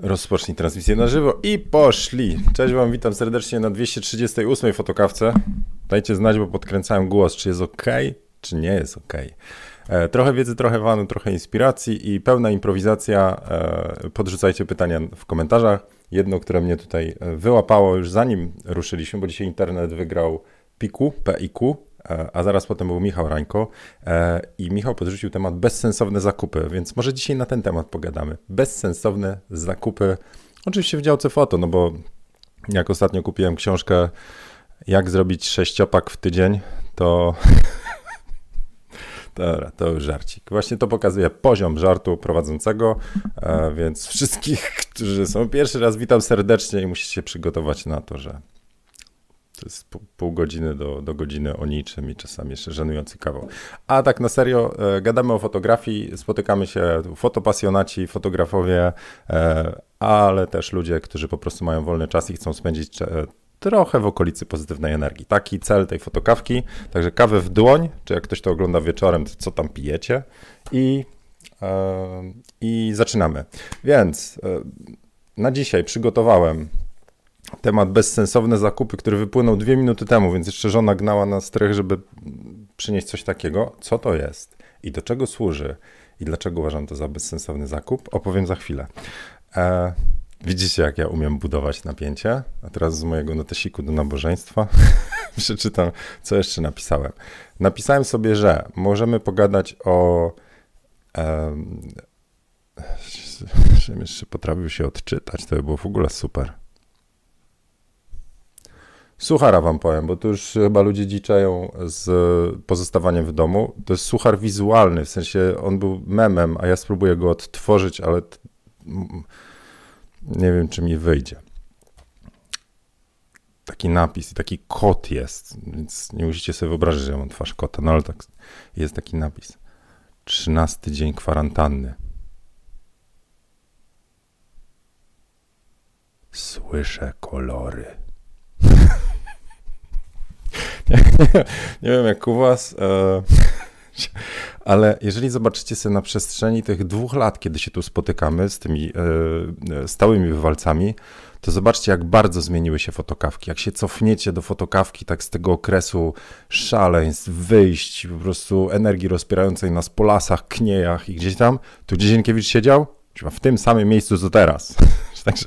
Rozpocznij transmisję na żywo i poszli. Cześć wam, witam serdecznie na 238 fotokawce. Dajcie znać, bo podkręcałem głos, czy jest ok, czy nie jest ok. Trochę wiedzy, trochę wanu, trochę inspiracji i pełna improwizacja. Podrzucajcie pytania w komentarzach. Jedno, które mnie tutaj wyłapało już zanim ruszyliśmy, bo dzisiaj internet wygrał PIQ, a zaraz potem był Michał Rańko i Michał podrzucił temat bezsensowne zakupy, więc może dzisiaj na ten temat pogadamy. Bezsensowne zakupy, oczywiście w działce foto, no bo jak ostatnio kupiłem książkę Jak zrobić 6-pak w tydzień, to dobra, to już żarcik. Właśnie to pokazuje poziom żartu prowadzącego, więc wszystkich, którzy są pierwszy raz, witam serdecznie i musicie się przygotować na to, że to jest pół godziny do godziny o niczym i czasami jeszcze żenujący kawał. A tak na serio, gadamy o fotografii, spotykamy się fotopasjonaci, fotografowie, ale też ludzie, którzy po prostu mają wolny czas i chcą spędzić trochę w okolicy pozytywnej energii. Taki cel tej fotokawki, także kawę w dłoń, czy jak ktoś to ogląda wieczorem, to co tam pijecie i zaczynamy. Więc na dzisiaj przygotowałem temat bezsensowne zakupy, który wypłynął 2 minuty temu, więc jeszcze żona gnała na strych, żeby przynieść coś takiego. Co to jest i do czego służy i dlaczego uważam to za bezsensowny zakup, opowiem za chwilę. Widzicie, jak ja umiem budować napięcie? A teraz z mojego notesiku do nabożeństwa przeczytam, co jeszcze napisałem. Napisałem sobie, że możemy pogadać o... żebym jeszcze potrafił się odczytać, to by było w ogóle super. Suchara wam powiem, bo tu już chyba ludzie dziczeją z pozostawaniem w domu. To jest suchar wizualny, w sensie on był memem, a ja spróbuję go odtworzyć, ale nie wiem, czy mi wyjdzie. Taki napis i taki kot jest, więc nie musicie sobie wyobrazić, że ja mam twarz kota, no ale tak jest taki napis. 13 dzień kwarantanny. Słyszę kolory. Nie wiem jak u was, ale jeżeli zobaczycie sobie na przestrzeni tych 2 lat, kiedy się tu spotykamy z tymi stałymi bywalcami, to zobaczcie, jak bardzo zmieniły się fotokawki. Jak się cofniecie do fotokawki, tak z tego okresu szaleństw, wyjść, po prostu energii rozpierającej nas po lasach, kniejach i gdzieś tam, tu gdzie Zienkiewicz siedział, w tym samym miejscu co teraz. Także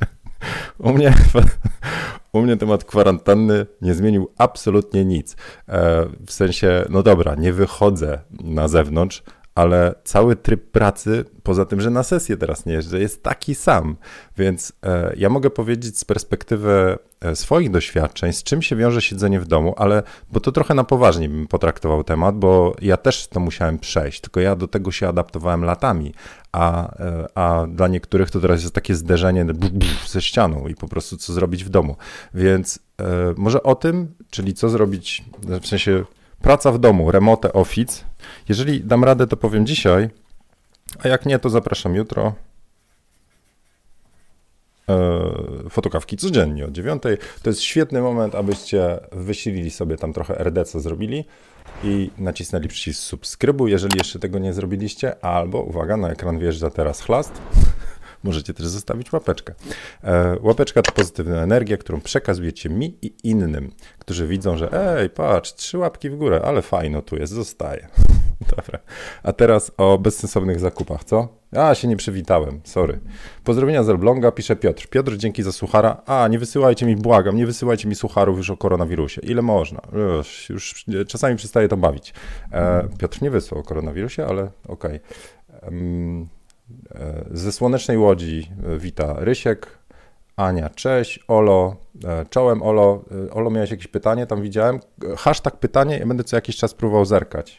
u mnie temat kwarantanny nie zmienił absolutnie nic. W sensie, no dobra, nie wychodzę na zewnątrz, ale cały tryb pracy, poza tym, że na sesję teraz nie jeżdżę, jest taki sam. Więc ja mogę powiedzieć z perspektywy swoich doświadczeń, z czym się wiąże siedzenie w domu, ale bo to trochę na poważnie bym potraktował temat, bo ja też to musiałem przejść, tylko ja do tego się adaptowałem latami, a dla niektórych to teraz jest takie zderzenie ze ścianą i po prostu co zrobić w domu. Więc może o tym, czyli co zrobić, w sensie praca w domu, remote office. Jeżeli dam radę, to powiem dzisiaj, a jak nie, to zapraszam jutro. Fotokawki codziennie o 9. To jest świetny moment, abyście wysilili sobie tam trochę RDC zrobili i nacisnęli przycisk subskrybuj, jeżeli jeszcze tego nie zrobiliście, albo uwaga, na ekran wjeżdża teraz chlast. Możecie też zostawić łapeczkę. Łapeczka to pozytywna energia, którą przekazujecie mi i innym, którzy widzą, że ej, patrz, 3 łapki w górę, ale fajno tu jest, zostaje. Dobra. A teraz o bezsensownych zakupach, co? Się nie przywitałem, sorry. Pozdrowienia z Elbląga, pisze Piotr. Piotr, dzięki za suchara. Nie wysyłajcie mi, błagam, nie wysyłajcie mi sucharów już o koronawirusie. Ile można? Już czasami przestaje to bawić. Piotr nie wysłał o koronawirusie, ale okej. Ze Słonecznej Łodzi wita Rysiek, Ania, cześć, Olo, czołem Olo. Olo, miałeś jakieś pytanie, tam widziałem. Hashtag pytanie, ja będę co jakiś czas próbował zerkać.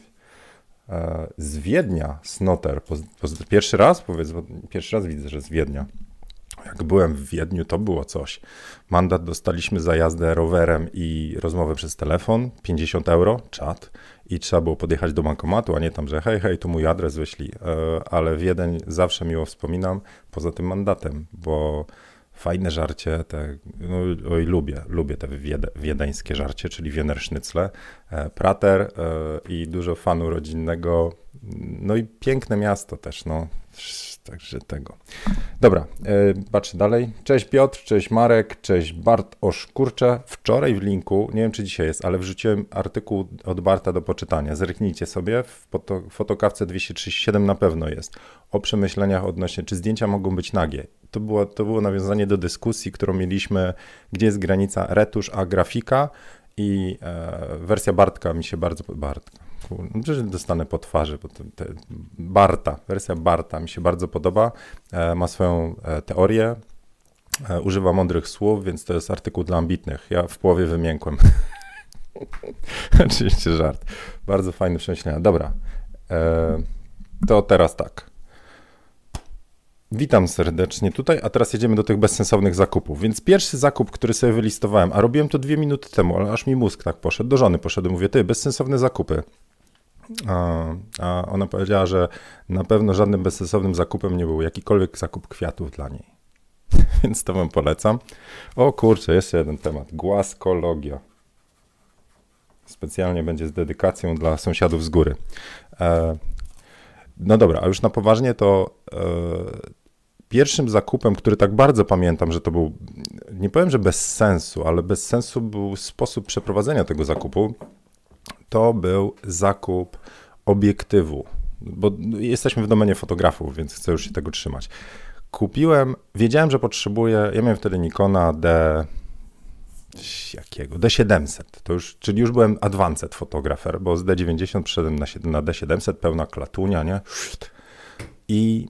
Z Wiednia, Snoter, pierwszy raz? Powiedz, bo pierwszy raz widzę, że z Wiednia. Jak byłem w Wiedniu, to było coś. Mandat dostaliśmy za jazdę rowerem i rozmowę przez telefon, 50 euro, czat. I trzeba było podjechać do bankomatu, a nie tam, że hej, tu mój adres wyślij. Ale Wiedeń zawsze miło wspominam, poza tym mandatem, bo fajne żarcie, lubię te wiedeńskie żarcie, czyli Wiener Sznycle, prater i dużo fanu rodzinnego, no i piękne miasto też, no. Także tego. Dobra, patrzę dalej. Cześć Piotr, cześć Marek, cześć Bartosz. Kurczę, wczoraj w linku, nie wiem czy dzisiaj jest, ale wrzuciłem artykuł od Barta do poczytania. Zerknijcie sobie, w fotokawce 237 na pewno jest. O przemyśleniach odnośnie, czy zdjęcia mogą być nagie. To było nawiązanie do dyskusji, którą mieliśmy, gdzie jest granica retusz a grafika i wersja Bartka mi się bardzo podoba. Przecież dostanę po twarzy, bo wersja Barta mi się bardzo podoba, ma swoją teorię, używa mądrych słów, więc to jest artykuł dla ambitnych. Ja w połowie wymiękłem. Oczywiście żart. Bardzo fajne przemyślenia. Dobra, to teraz tak. Witam serdecznie tutaj, a teraz jedziemy do tych bezsensownych zakupów. Więc pierwszy zakup, który sobie wylistowałem, a robiłem to 2 minuty temu, ale aż mi mózg tak poszedł, do żony poszedłem, mówię, ty, bezsensowne zakupy. A ona powiedziała, że na pewno żadnym bezsensownym zakupem nie był jakikolwiek zakup kwiatów dla niej. Więc to wam polecam. O kurczę, jeszcze jeden temat. Głaskologia. Specjalnie będzie z dedykacją dla sąsiadów z góry. No dobra, a już na poważnie to pierwszym zakupem, który tak bardzo pamiętam, że to był, nie powiem, że bez sensu, ale bez sensu był sposób przeprowadzenia tego zakupu, to był zakup obiektywu, bo jesteśmy w domenie fotografów, więc chcę już się tego trzymać. Wiedziałem, że potrzebuję, ja miałem wtedy Nikona D700, czyli już byłem advanced fotografer, bo z D90 przeszedłem na D700, pełna klatunia, nie? I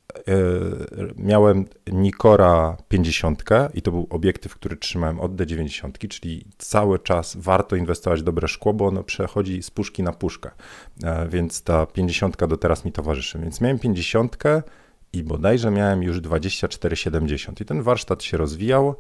miałem Nikora 50 i to był obiektyw, który trzymałem od D90, czyli cały czas warto inwestować w dobre szkło, bo ono przechodzi z puszki na puszkę, więc ta 50 do teraz mi towarzyszy. Więc miałem 50 i bodajże miałem już 24-70 i ten warsztat się rozwijał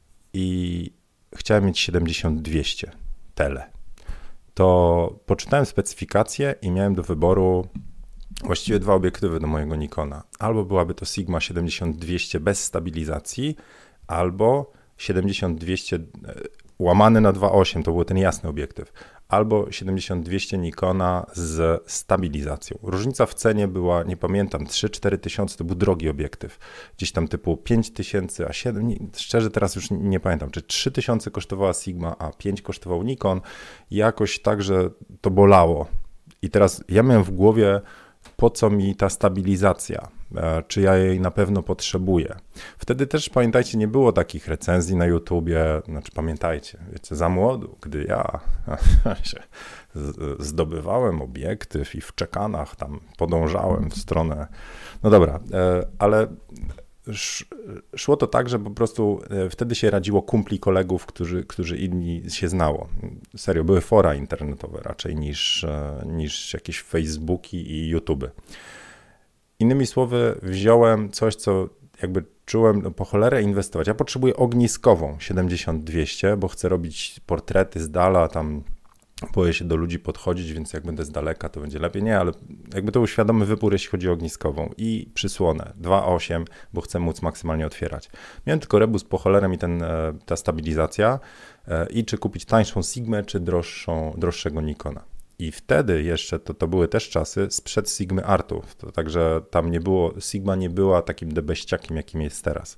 i chciałem mieć 70-200 tele. To poczytałem specyfikację i miałem do wyboru właściwie 2 obiektywy do mojego Nikona. Albo byłaby to Sigma 70-200 bez stabilizacji, albo 70-200 łamany na 2.8, to był ten jasny obiektyw, albo 70-200 Nikona z stabilizacją. Różnica w cenie była, nie pamiętam, 3-4 tysiące, to był drogi obiektyw. Gdzieś tam typu 5 tysięcy, a 7, szczerze teraz już nie pamiętam, czy 3 tysiące kosztowała Sigma, a 5 kosztował Nikon. Jakoś tak, że to bolało. I teraz ja miałem w głowie, po co mi ta stabilizacja, czy ja jej na pewno potrzebuję. Wtedy też, pamiętajcie, nie było takich recenzji na YouTubie, znaczy pamiętajcie, wiecie, za młodu, gdy ja się zdobywałem obiektyw i w czekanach tam podążałem w stronę, no dobra, ale szło to tak, że po prostu wtedy się radziło kumpli kolegów, którzy inni się znało. Serio, były fora internetowe raczej niż jakieś Facebooki i YouTube. Innymi słowy, wziąłem coś, co jakby czułem, no po cholerę inwestować. Ja potrzebuję ogniskową 70-200, bo chcę robić portrety z dala, tam boję się do ludzi podchodzić, więc jak będę z daleka, to będzie lepiej. Nie, ale jakby to był świadomy wybór, jeśli chodzi o ogniskową. I przysłonę 2.8, bo chcę móc maksymalnie otwierać. Miałem tylko rebus po cholerę mi ta stabilizacja i czy kupić tańszą Sigmę, czy droższego Nikona. I wtedy jeszcze, to były też czasy sprzed Sigmy Artów, także tam Sigma nie była takim debeściakiem, jakim jest teraz.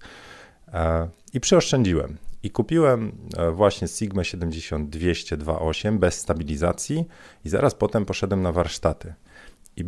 I przeoszczędziłem. I kupiłem właśnie Sigmę 70-200 2.8 bez stabilizacji i zaraz potem poszedłem na warsztaty. I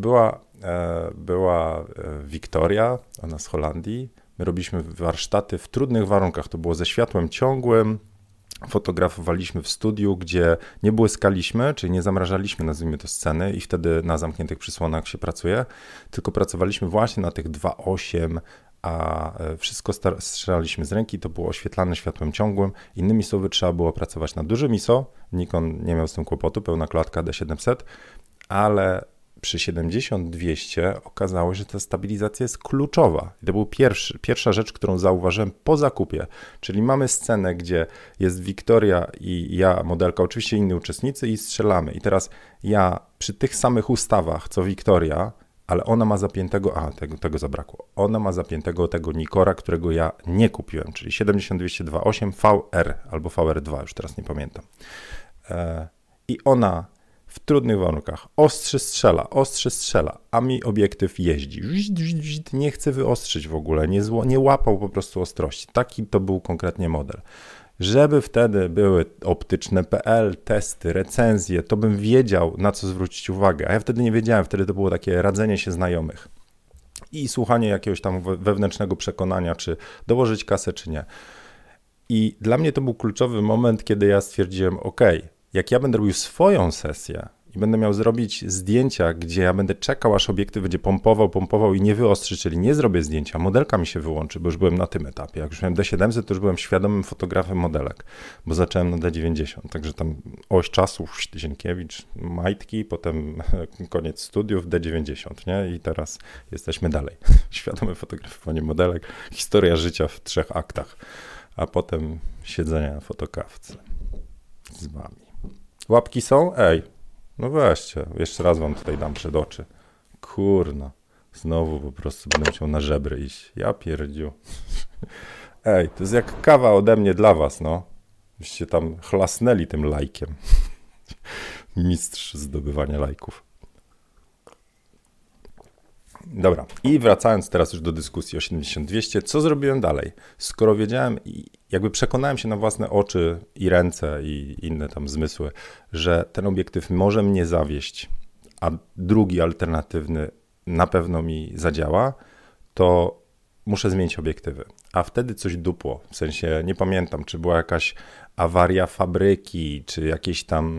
była Wiktoria, ona z Holandii. My robiliśmy warsztaty w trudnych warunkach, to było ze światłem ciągłym, fotografowaliśmy w studiu, gdzie nie błyskaliśmy, czyli nie zamrażaliśmy, nazwijmy to, sceny i wtedy na zamkniętych przysłonach się pracuje, tylko pracowaliśmy właśnie na tych 2.8, a wszystko strzelaliśmy z ręki, to było oświetlane światłem ciągłym. Innymi słowy, trzeba było pracować na dużym ISO, Nikon nie miał z tym kłopotu, pełna klatka D700, ale przy 70-200 okazało się, że ta stabilizacja jest kluczowa. I to była pierwsza rzecz, którą zauważyłem po zakupie. Czyli mamy scenę, gdzie jest Wiktoria i ja, modelka, oczywiście inni uczestnicy i strzelamy. I teraz ja przy tych samych ustawach, co Wiktoria, ale ona ma zapiętego, tego zabrakło, ona ma zapiętego tego Nikora, którego ja nie kupiłem, czyli 70-200 2.8 VR albo VR2, już teraz nie pamiętam. I ona w trudnych warunkach. Ostrzy strzela, a mi obiektyw jeździ. Nie chce wyostrzyć w ogóle, nie łapał po prostu ostrości. Taki to był konkretnie model. Żeby wtedy były optyczne PL, testy, recenzje, to bym wiedział, na co zwrócić uwagę. A ja wtedy nie wiedziałem, wtedy to było takie radzenie się znajomych i słuchanie jakiegoś tam wewnętrznego przekonania, czy dołożyć kasę, czy nie. I dla mnie to był kluczowy moment, kiedy ja stwierdziłem, ok, jak ja będę robił swoją sesję i będę miał zrobić zdjęcia, gdzie ja będę czekał, aż obiektyw będzie pompował i nie wyostrzy, czyli nie zrobię zdjęcia, modelka mi się wyłączy, bo już byłem na tym etapie. Jak już miałem D700, to już byłem świadomym fotografem modelek, bo zacząłem na D90, także tam oś czasu, Zienkiewicz, majtki, potem koniec studiów, D90, nie? I teraz jesteśmy dalej. Świadome fotografowanie modelek, historia życia w 3 aktach, a potem siedzenie na fotokawce z wami. Łapki są? Ej, no weźcie, jeszcze raz wam tutaj dam przed oczy. Kurno, znowu po prostu będę musiał na żebry iść. Ja pierdziu. Ej, to jest jak kawa ode mnie dla was, no. Byście tam chlasnęli tym lajkiem. Mistrz zdobywania lajków. Dobra, i wracając teraz już do dyskusji o 70-200, co zrobiłem dalej? Skoro wiedziałem i jakby przekonałem się na własne oczy i ręce i inne tam zmysły, że ten obiektyw może mnie zawieść, a drugi alternatywny na pewno mi zadziała, to muszę zmienić obiektywy. A wtedy coś dupło, w sensie nie pamiętam, czy była jakaś awaria fabryki, czy jakieś tam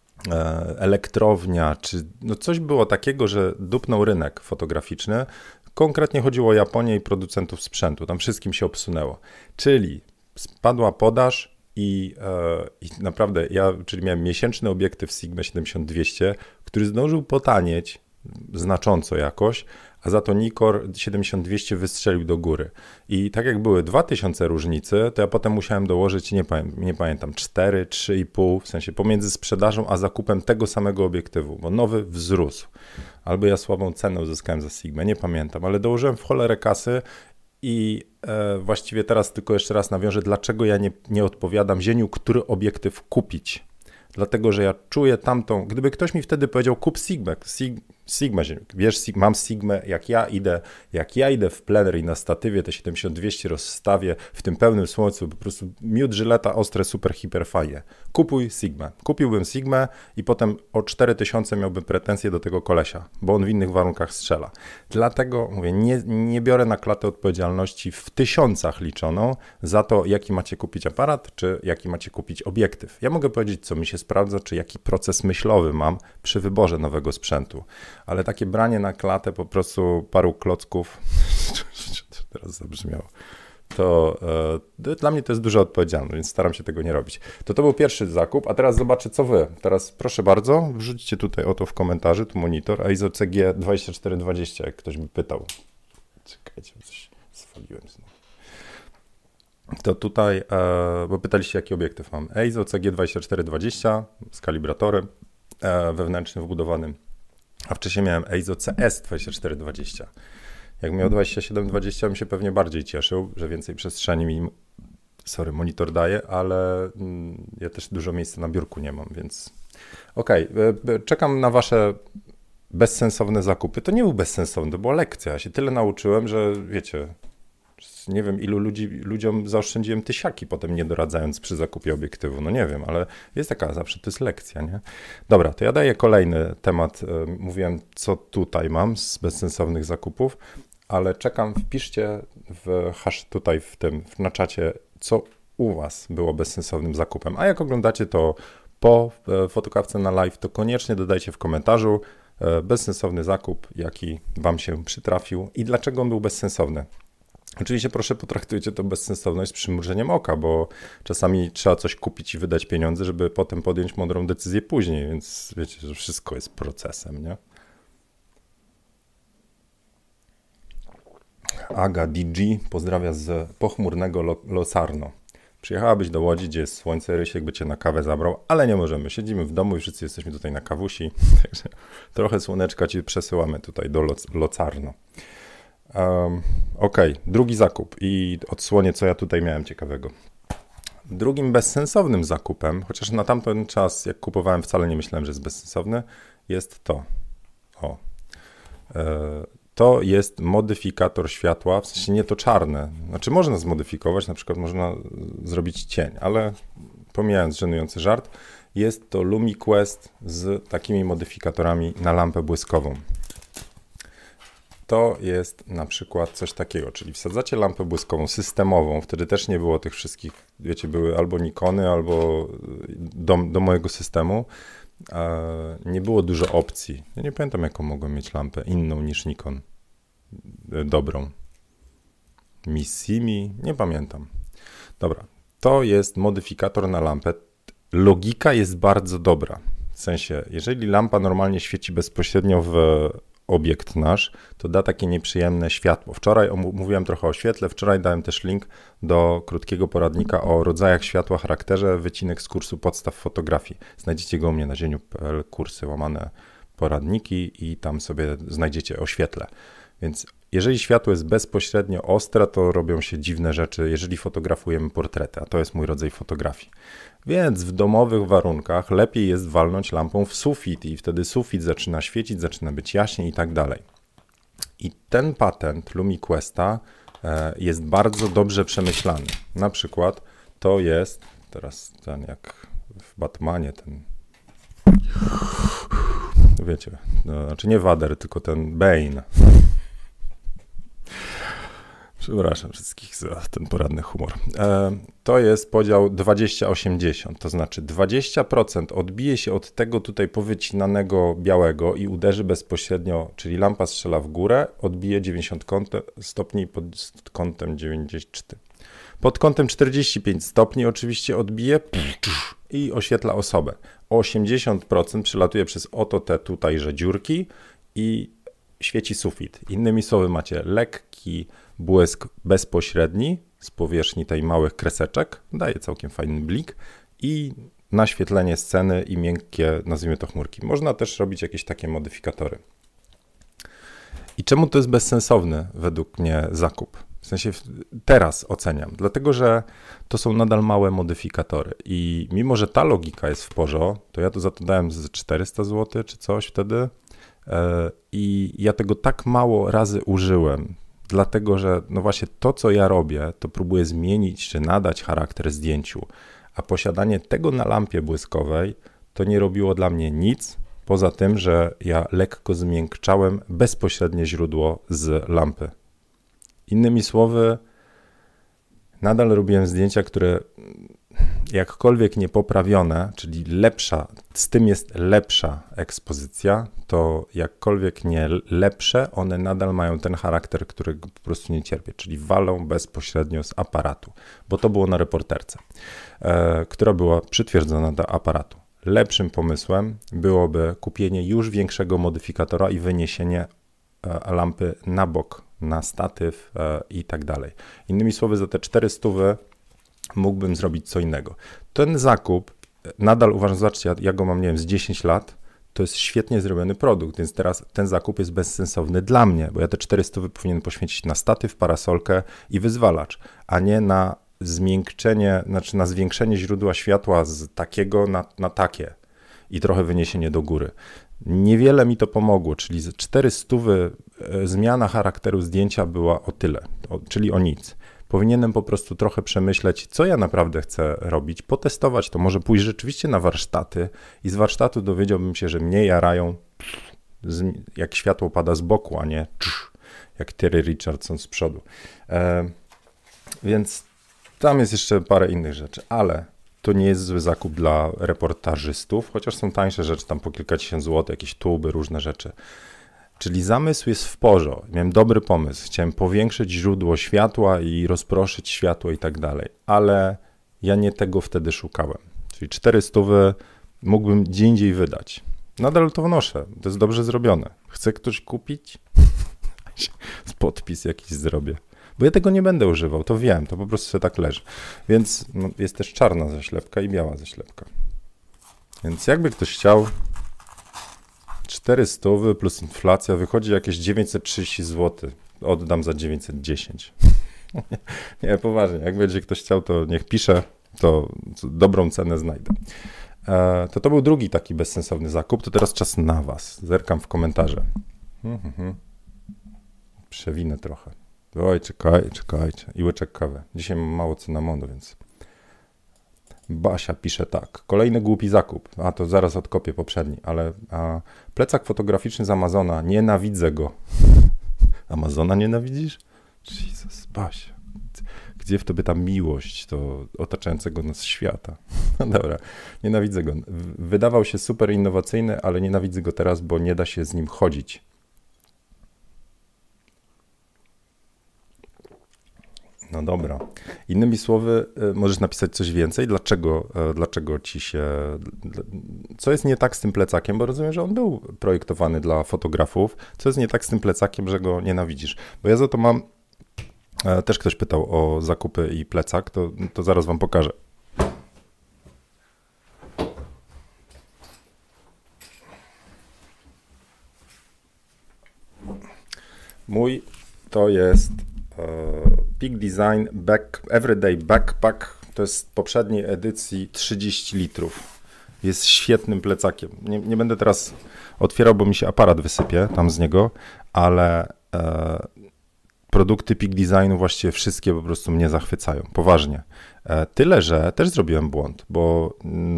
elektrownia, czy no coś było takiego, że dupnął rynek fotograficzny. Konkretnie chodziło o Japonię i producentów sprzętu. Tam wszystkim się obsunęło. Czyli spadła podaż i naprawdę czyli miałem miesięczny obiektyw Sigma 70-200, który zdążył potanieć znacząco jakoś, a za to Nikkor 70-200 wystrzelił do góry. I tak jak były 2000 różnicy, to ja potem musiałem dołożyć, nie pamiętam, 4, 3,5, w sensie pomiędzy sprzedażą a zakupem tego samego obiektywu, bo nowy wzrósł. Albo ja słabą cenę uzyskałem za Sigmę, nie pamiętam, ale dołożyłem w cholerę kasy i właściwie teraz tylko jeszcze raz nawiążę, dlaczego ja nie odpowiadam Zieniu, który obiektyw kupić. Dlatego, że ja czuję tamtą, gdyby ktoś mi wtedy powiedział kup Sigmę, wiesz, mam Sigmę, jak ja idę w plener i na statywie te 70-200 rozstawię w tym pełnym słońcu, po prostu miód, żyleta, ostre, super, hiper fajnie. Kupuj Sigmę. Kupiłbym Sigmę i potem o 4000 miałbym pretensje do tego kolesia, bo on w innych warunkach strzela. Dlatego mówię, nie biorę na klatę odpowiedzialności w tysiącach liczoną za to, jaki macie kupić aparat, czy jaki macie kupić obiektyw. Ja mogę powiedzieć, co mi się sprawdza, czy jaki proces myślowy mam przy wyborze nowego sprzętu. Ale takie branie na klatę po prostu paru klocków, teraz zabrzmiało, to dla mnie to jest duża odpowiedzialność, więc staram się tego nie robić. To był pierwszy zakup, a teraz zobaczę, co wy. Teraz proszę bardzo, wrzućcie tutaj oto w komentarzu, tu monitor, ISO CG 2420, jak ktoś by pytał. Czekajcie, coś zwaliłem znowu. To tutaj, bo pytaliście, jaki obiektyw mam. ISO CG 2420 z kalibratorem wewnętrznym wbudowanym, a wcześniej miałem ISO CS 2420. Jak miał 2720, bym się pewnie bardziej cieszył, że więcej przestrzeni mi, monitor daje, ale ja też dużo miejsca na biurku nie mam, więc okej, czekam na wasze bezsensowne zakupy. To nie był bezsensowny, to była lekcja. Ja się tyle nauczyłem, że wiecie, nie wiem, ilu ludziom zaoszczędziłem tysiaki potem nie doradzając przy zakupie obiektywu. No nie wiem, ale jest taka zawsze, to jest lekcja, nie? Dobra, to ja daję kolejny temat. Mówiłem, co tutaj mam z bezsensownych zakupów, ale czekam, wpiszcie tutaj na czacie, co u was było bezsensownym zakupem. A jak oglądacie to po fotokawce na live, to koniecznie dodajcie w komentarzu bezsensowny zakup, jaki wam się przytrafił i dlaczego on był bezsensowny. Oczywiście proszę potraktujcie to bezsensowność z przymrużeniem oka, bo czasami trzeba coś kupić i wydać pieniądze, żeby potem podjąć mądrą decyzję później, więc wiecie, że wszystko jest procesem, nie? Aga DG pozdrawia z pochmurnego Locarno. Przyjechałabyś do Łodzi, gdzie jest słońce, Rysiek by cię na kawę zabrał, ale nie możemy. Siedzimy w domu i wszyscy jesteśmy tutaj na kawusi, także trochę słoneczka ci przesyłamy tutaj do Locarno. Okej, drugi zakup i odsłonię, co ja tutaj miałem ciekawego. Drugim bezsensownym zakupem, chociaż na tamten czas, jak kupowałem, wcale nie myślałem, że jest bezsensowny, jest to. To jest modyfikator światła, w sensie nie to czarne. Znaczy można zmodyfikować, na przykład można zrobić cień, ale pomijając żenujący żart, jest to LumiQuest z takimi modyfikatorami na lampę błyskową. To jest na przykład coś takiego, czyli wsadzacie lampę błyskową systemową, wtedy też nie było tych wszystkich, wiecie, były albo Nikony, albo do mojego systemu. Nie było dużo opcji. Ja nie pamiętam, jaką mogłem mieć lampę inną niż Nikon. Dobrą. Missimi? Nie pamiętam. Dobra, to jest modyfikator na lampę. Logika jest bardzo dobra. W sensie, jeżeli lampa normalnie świeci bezpośrednio w obiekt nasz, to da takie nieprzyjemne światło. Wczoraj mówiłem trochę o świetle, wczoraj dałem też link do krótkiego poradnika o rodzajach światła, charakterze, wycinek z kursu podstaw fotografii. Znajdziecie go u mnie na zieniu.pl, kursy łamane poradniki i tam sobie znajdziecie o świetle. Więc jeżeli światło jest bezpośrednio ostre, to robią się dziwne rzeczy, jeżeli fotografujemy portrety, a to jest mój rodzaj fotografii. Więc w domowych warunkach lepiej jest walnąć lampą w sufit i wtedy sufit zaczyna świecić, zaczyna być jaśniej i tak dalej. I ten patent LumiQuesta jest bardzo dobrze przemyślany. Na przykład to jest, teraz ten jak w Batmanie, ten, wiecie, znaczy nie Wader, tylko ten Bane. Przepraszam wszystkich za ten poradny humor. To jest podział 20-80, to znaczy 20% odbije się od tego tutaj powycinanego białego i uderzy bezpośrednio, czyli lampa strzela w górę, odbije 90 stopni pod kątem 94. Pod kątem 45 stopni oczywiście odbije i oświetla osobę. 80% przelatuje przez oto te tutejże dziurki i świeci sufit. Innymi słowy macie lekki błysk bezpośredni z powierzchni tej małych kreseczek, daje całkiem fajny blik i naświetlenie sceny i miękkie, nazwijmy to chmurki. Można też robić jakieś takie modyfikatory. I czemu to jest bezsensowny według mnie zakup? W sensie teraz oceniam, dlatego że to są nadal małe modyfikatory i mimo, że ta logika jest w porządku, to ja to za to dałem z 400 zł czy coś wtedy i ja tego tak mało razy użyłem, dlatego że no właśnie to, co ja robię, to próbuję zmienić czy nadać charakter zdjęciu, a posiadanie tego na lampie błyskowej to nie robiło dla mnie nic, poza tym, że ja lekko zmiękczałem bezpośrednie źródło z lampy. Innymi słowy, nadal robiłem zdjęcia, które jakkolwiek nie poprawione, czyli lepsza, z tym jest lepsza ekspozycja, to jakkolwiek nie lepsze, one nadal mają ten charakter, którego po prostu nie cierpię, czyli walą bezpośrednio z aparatu, bo to było na reporterce, która była przytwierdzona do aparatu. Lepszym pomysłem byłoby kupienie już większego modyfikatora i wyniesienie lampy na bok, na statyw i tak dalej. Innymi słowy, za te 400 mógłbym zrobić co innego. Ten zakup, nadal uważam, zobaczcie, ja go mam, nie wiem, z 10 lat, to jest świetnie zrobiony produkt, więc teraz ten zakup jest bezsensowny dla mnie, bo ja te 400 powinien poświęcić na statyw, parasolkę i wyzwalacz, a nie na zmiękczenie, znaczy na zwiększenie źródła światła z takiego na takie i trochę wyniesienie do góry. Niewiele mi to pomogło, czyli z 400 zmiana charakteru zdjęcia była o tyle, czyli o nic. Powinienem po prostu trochę przemyśleć, co ja naprawdę chcę robić, potestować to, może pójść rzeczywiście na warsztaty i z warsztatu dowiedziałbym się, że mnie jarają, jak światło pada z boku, a nie jak Terry Richardson z przodu. Więc tam jest jeszcze parę innych rzeczy, ale to nie jest zły zakup dla reportażystów, chociaż są tańsze rzeczy, tam po kilkadziesiąt złotych, jakieś tuby, różne rzeczy. Czyli zamysł jest w porządku. Miałem dobry pomysł. Chciałem powiększyć źródło światła i rozproszyć światło i tak dalej, ale ja nie tego wtedy szukałem. Czyli 400 mógłbym gdzie indziej wydać. Nadal to wnoszę. To jest dobrze zrobione. Chce ktoś kupić? Podpis jakiś zrobię. Bo ja tego nie będę używał, to wiem, to po prostu sobie tak leży. Więc no, jest też czarna zaślepka i biała zaślepka. Więc jakby ktoś chciał, 400 plus inflacja wychodzi jakieś 930 zł. Oddam za 910. Nie, poważnie, jak będzie ktoś chciał, to niech pisze. to dobrą cenę znajdę. To był drugi taki bezsensowny zakup, to teraz czas na was. Zerkam w komentarze. Przewinę trochę. Oj, czekajcie. I łyczek kawy. Dzisiaj mam mało cynamonu, więc... Basia pisze tak. Kolejny głupi zakup. A to zaraz odkopię poprzedni, ale plecak fotograficzny z Amazona. Nienawidzę go. Amazona nienawidzisz? Jezus, Basia. Gdzie w tobie ta miłość do otaczającego nas świata? No dobra, nienawidzę go. Wydawał się super innowacyjny, ale nienawidzę go teraz, bo nie da się z nim chodzić. No dobra. Innymi słowy, możesz napisać coś więcej? Dlaczego ci się... Co jest nie tak z tym plecakiem? Bo rozumiem, że on był projektowany dla fotografów. Co jest nie tak z tym plecakiem, że go nienawidzisz? Bo ja za to mam... Też ktoś pytał o zakupy i plecak, to zaraz wam pokażę. Mój to jest Peak Design Everyday Backpack. To jest z poprzedniej edycji 30 litrów. Jest świetnym plecakiem. Nie będę teraz otwierał, bo mi się aparat wysypie tam z niego, ale produkty Peak Designu właściwie wszystkie po prostu mnie zachwycają. Poważnie. Tyle, że też zrobiłem błąd, bo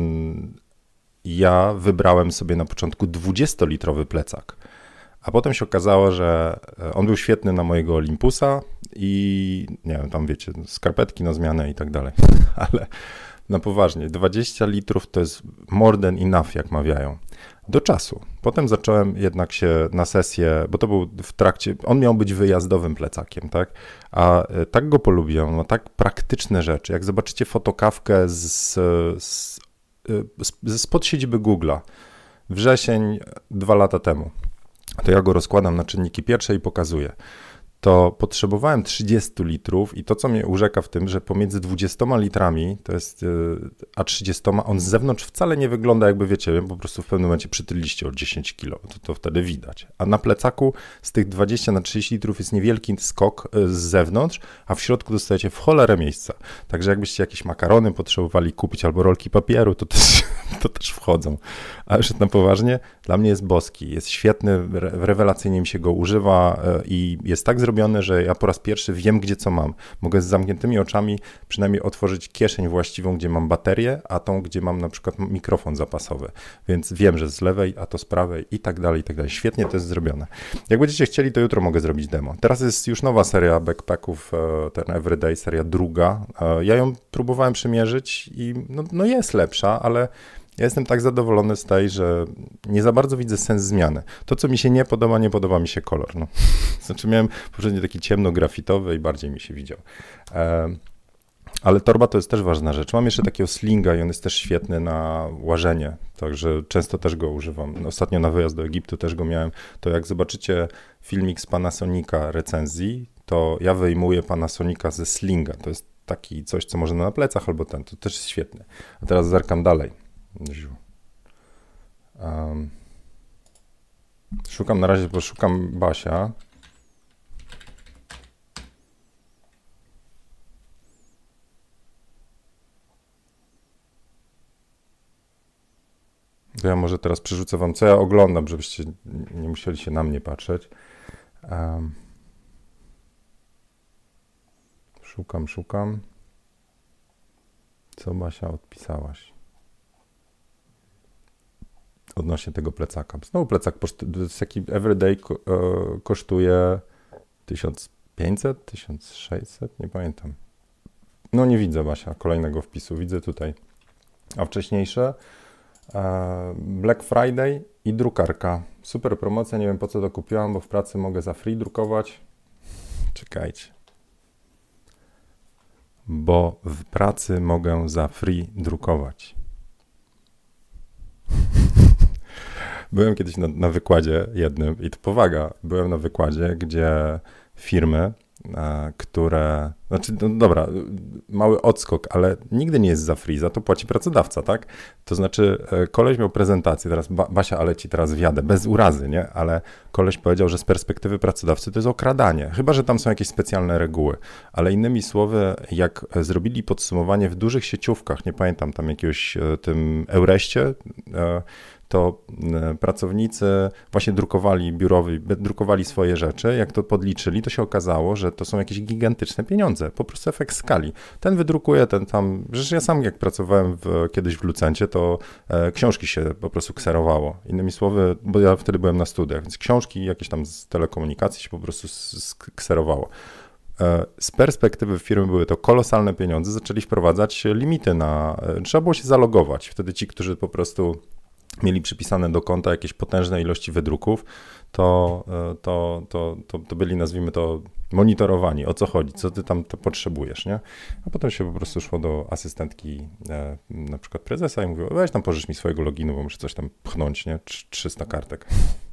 ja wybrałem sobie na początku 20-litrowy plecak. A potem się okazało, że on był świetny na mojego Olympusa i nie wiem, tam wiecie, skarpetki na zmianę i tak dalej. Ale na poważnie, 20 litrów to jest more than enough, jak mawiają. Do czasu. Potem zacząłem jednak się na sesję, bo to był w trakcie, on miał być wyjazdowym plecakiem, tak? A tak go polubiłem, no tak praktyczne rzeczy. Jak zobaczycie fotokawkę spod siedziby Google'a, wrzesień 2 lata temu, to ja go rozkładam na czynniki pierwsze i pokazuję. To potrzebowałem 30 litrów i to, co mnie urzeka w tym, że pomiędzy 20 litrami, to jest, a 30, on z zewnątrz wcale nie wygląda, jakby wiecie, po prostu w pewnym momencie przytyliście o 10 kg, to wtedy widać. A na plecaku z tych 20 na 30 litrów jest niewielki skok z zewnątrz, a w środku dostajecie w cholerę miejsca. Także jakbyście jakieś makarony potrzebowali kupić albo rolki papieru, to też wchodzą. A już na poważnie, dla mnie jest boski, jest świetny, rewelacyjnie mi się go używa i jest tak zrobiony, że ja po raz pierwszy wiem, gdzie co mam. Mogę z zamkniętymi oczami przynajmniej otworzyć kieszeń właściwą, gdzie mam baterię, a tą, gdzie mam na przykład mikrofon zapasowy. Więc wiem, że z lewej, a to z prawej i tak dalej, i tak dalej. Świetnie to jest zrobione. Jak będziecie chcieli, to jutro mogę zrobić demo. Teraz jest już nowa seria backpacków, ten Everyday, seria druga. Ja ją próbowałem przymierzyć i no jest lepsza, ale ja jestem tak zadowolony z tej, że nie za bardzo widzę sens zmiany. To, co mi się nie podoba mi się kolor. No. Znaczy miałem poprzednio taki ciemno-grafitowy i bardziej mi się widział. Ale torba to jest też ważna rzecz. Mam jeszcze takiego slinga i on jest też świetny na łażenie, także często też go używam. Ostatnio na wyjazd do Egiptu też go miałem. To jak zobaczycie filmik z Panasonica recenzji, to ja wyjmuję Panasonica ze slinga. To jest taki coś, co można na plecach albo ten. To też jest świetne. A teraz zerkam dalej. Szukam na razie, bo szukam Basia. To ja może teraz przerzucę wam, co ja oglądam, żebyście nie musieli się na mnie patrzeć. Szukam. Co Basia odpisałaś? Odnośnie tego plecaka. Znowu plecak, taki Everyday kosztuje 1500, 1600, nie pamiętam. No nie widzę, Basia, kolejnego wpisu, widzę tutaj. A wcześniejsze Black Friday i drukarka. Super promocja, nie wiem po co to kupiłam, bo w pracy mogę za free drukować. Czekajcie. Bo w pracy mogę za free drukować. Byłem kiedyś na wykładzie jednym, i to powaga, byłem na wykładzie, gdzie firmy które, znaczy, no dobra, mały odskok, ale nigdy nie jest za free, za to płaci pracodawca, tak? To znaczy, koleś miał prezentację, teraz Basia, ale ci teraz wjadę, bez urazy, nie? Ale koleś powiedział, że z perspektywy pracodawcy to jest okradanie, chyba że tam są jakieś specjalne reguły, ale innymi słowy, jak zrobili podsumowanie w dużych sieciówkach, nie pamiętam tam jakiegoś tym Eureście, to pracownicy właśnie drukowali swoje rzeczy. Jak to podliczyli, to się okazało, że to są jakieś gigantyczne pieniądze, po prostu efekt skali. Ten wydrukuje, ten tam, przecież ja sam jak pracowałem kiedyś w Lucencie, to książki się po prostu kserowało. Innymi słowy, bo ja wtedy byłem na studiach, więc książki jakieś tam z telekomunikacji się po prostu kserowało. Z perspektywy firmy były to kolosalne pieniądze, zaczęli wprowadzać limity trzeba było się zalogować. Wtedy ci, którzy po prostu mieli przypisane do konta jakieś potężne ilości wydruków, to byli, nazwijmy to, monitorowani, o co chodzi, co ty tam to potrzebujesz, nie? A potem się po prostu szło do asystentki, na przykład prezesa i mówiło, weź tam pożycz mi swojego loginu, bo muszę coś tam pchnąć, nie? 300 kartek.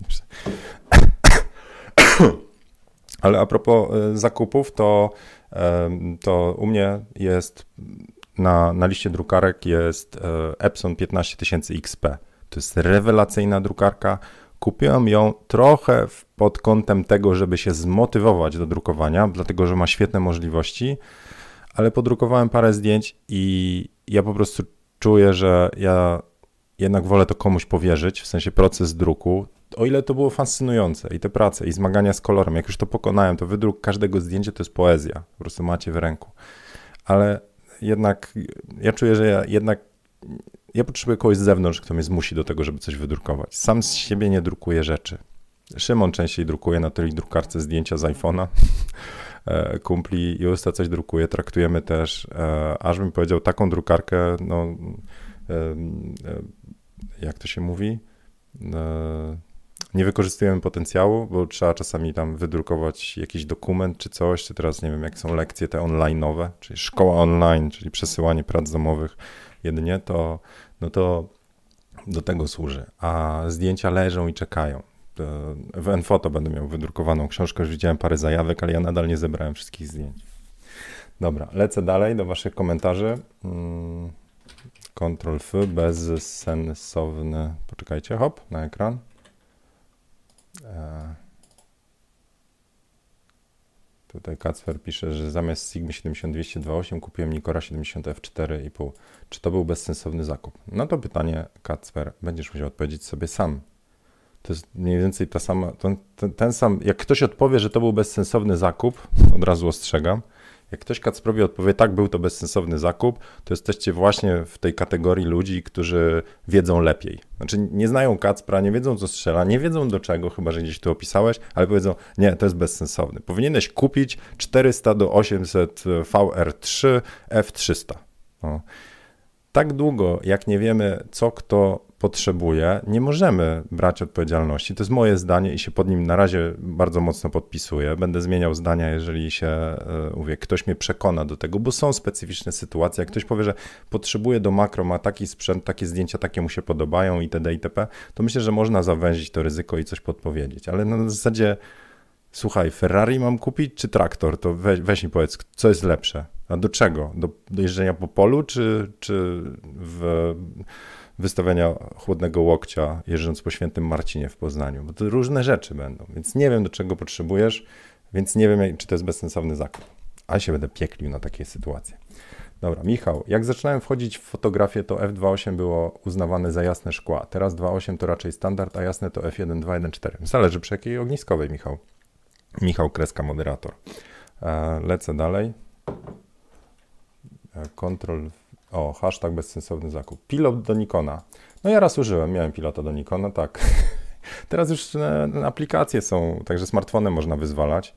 Ale a propos zakupów, to u mnie jest na liście drukarek jest Epson 15000 XP. To jest rewelacyjna drukarka. Kupiłem ją trochę pod kątem tego, żeby się zmotywować do drukowania, dlatego że ma świetne możliwości, ale podrukowałem parę zdjęć i ja po prostu czuję, że ja jednak wolę to komuś powierzyć, w sensie proces druku, o ile to było fascynujące i te prace i zmagania z kolorem, jak już to pokonałem, to wydruk każdego zdjęcia to jest poezja, po prostu macie w ręku. Ale jednak ja czuję, że ja potrzebuję kogoś z zewnątrz, kto mnie zmusi do tego, żeby coś wydrukować. Sam z siebie nie drukuję rzeczy. Szymon częściej drukuje na tej drukarce zdjęcia z iPhone'a. Kumpli Justa coś drukuje, traktujemy też, aż bym powiedział, taką drukarkę, no, jak to się mówi? Nie wykorzystujemy potencjału, bo trzeba czasami tam wydrukować jakiś dokument czy coś, czy teraz nie wiem, jak są lekcje te online'owe, czyli szkoła online, czyli przesyłanie prac domowych jedynie, to do tego służy. A zdjęcia leżą i czekają. W Enfoto będę miał wydrukowaną książkę, już widziałem parę zajawek, ale ja nadal nie zebrałem wszystkich zdjęć. Dobra, lecę dalej do waszych komentarzy. Ctrl-F, bezsensowny. Poczekajcie, hop, na ekran. Tutaj Kacper pisze, że zamiast Sigmy 70228 kupiłem Nikora 70 f4,5. Czy to był bezsensowny zakup? No to pytanie, Kacper, będziesz musiał odpowiedzieć sobie sam. To jest mniej więcej ta sama, ten sam, jak ktoś odpowie, że to był bezsensowny zakup, od razu ostrzegam, jak ktoś Kacprowi odpowie, tak, był to bezsensowny zakup, to jesteście właśnie w tej kategorii ludzi, którzy wiedzą lepiej. Znaczy nie znają Kacpra, nie wiedzą co strzela, nie wiedzą do czego, chyba że gdzieś tu opisałeś, ale powiedzą, nie, to jest bezsensowny. Powinieneś kupić 400 do 800 VR3 F300. No. Tak długo, jak nie wiemy, co kto potrzebuje, nie możemy brać odpowiedzialności. To jest moje zdanie i się pod nim na razie bardzo mocno podpisuję. Będę zmieniał zdania, jeżeli się, mówię, ktoś mnie przekona do tego, bo są specyficzne sytuacje. Jak ktoś powie, że potrzebuje do makro, ma taki sprzęt, takie zdjęcia, takie mu się podobają itd., itp., to myślę, że można zawęzić to ryzyko i coś podpowiedzieć. Ale na zasadzie, słuchaj, Ferrari mam kupić czy traktor? To weź mi powiedz, co jest lepsze? A do czego? Do jeżdżenia po polu czy w wystawiania chłodnego łokcia, jeżdżąc po Świętym Marcinie w Poznaniu, bo to różne rzeczy będą, więc nie wiem, do czego potrzebujesz, więc nie wiem, czy to jest bezsensowny zakup, ale się będę pieklił na takie sytuacje. Dobra, Michał, jak zaczynałem wchodzić w fotografię, to f2.8 było uznawane za jasne szkła, teraz 2.8 to raczej standard, a jasne to f1.2, 1.4. Zależy przy jakiej ogniskowej, Michał. Michał Kreska, moderator. Lecę dalej. Hashtag bezsensowny zakup. Pilot do Nikona. No ja raz użyłem, miałem pilota do Nikona, tak. Teraz już aplikacje są, także smartfonem można wyzwalać.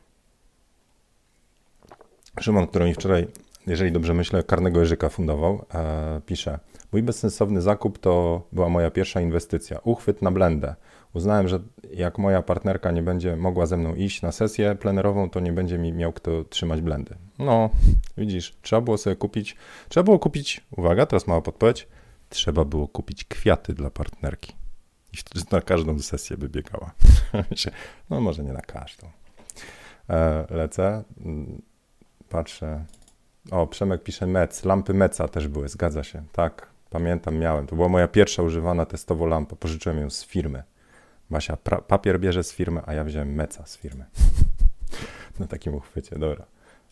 Szymon, który mi wczoraj, jeżeli dobrze myślę, Karnego Jerzyka fundował, pisze: mój bezsensowny zakup to była moja pierwsza inwestycja. Uchwyt na blendę. Uznałem, że jak moja partnerka nie będzie mogła ze mną iść na sesję plenerową, to nie będzie mi miał kto trzymać blendy. No, widzisz, trzeba było kupić, uwaga, teraz mała podpowiedź, trzeba było kupić kwiaty dla partnerki. I wtedy na każdą sesję by biegała. No może nie na każdą. Lecę, patrzę. O, Przemek pisze Mec, lampy Meca też były, zgadza się. Tak, pamiętam, miałem. To była moja pierwsza używana testowo lampa, pożyczyłem ją z firmy. Basia papier bierze z firmy, a ja wziąłem Meca z firmy. Na takim uchwycie, dobra.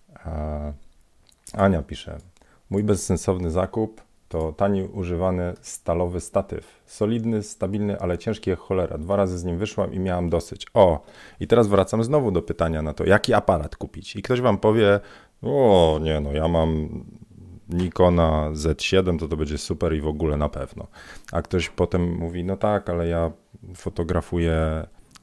Ania pisze, mój bezsensowny zakup to tani, używany stalowy statyw. Solidny, stabilny, ale ciężki jak cholera. 2 razy z nim wyszłam i miałam dosyć. O, i teraz wracam znowu do pytania na to, jaki aparat kupić. I ktoś wam powie, o nie no, ja mam Nikona Z7, to będzie super i w ogóle na pewno. A ktoś potem mówi, no tak, ale ja fotografuję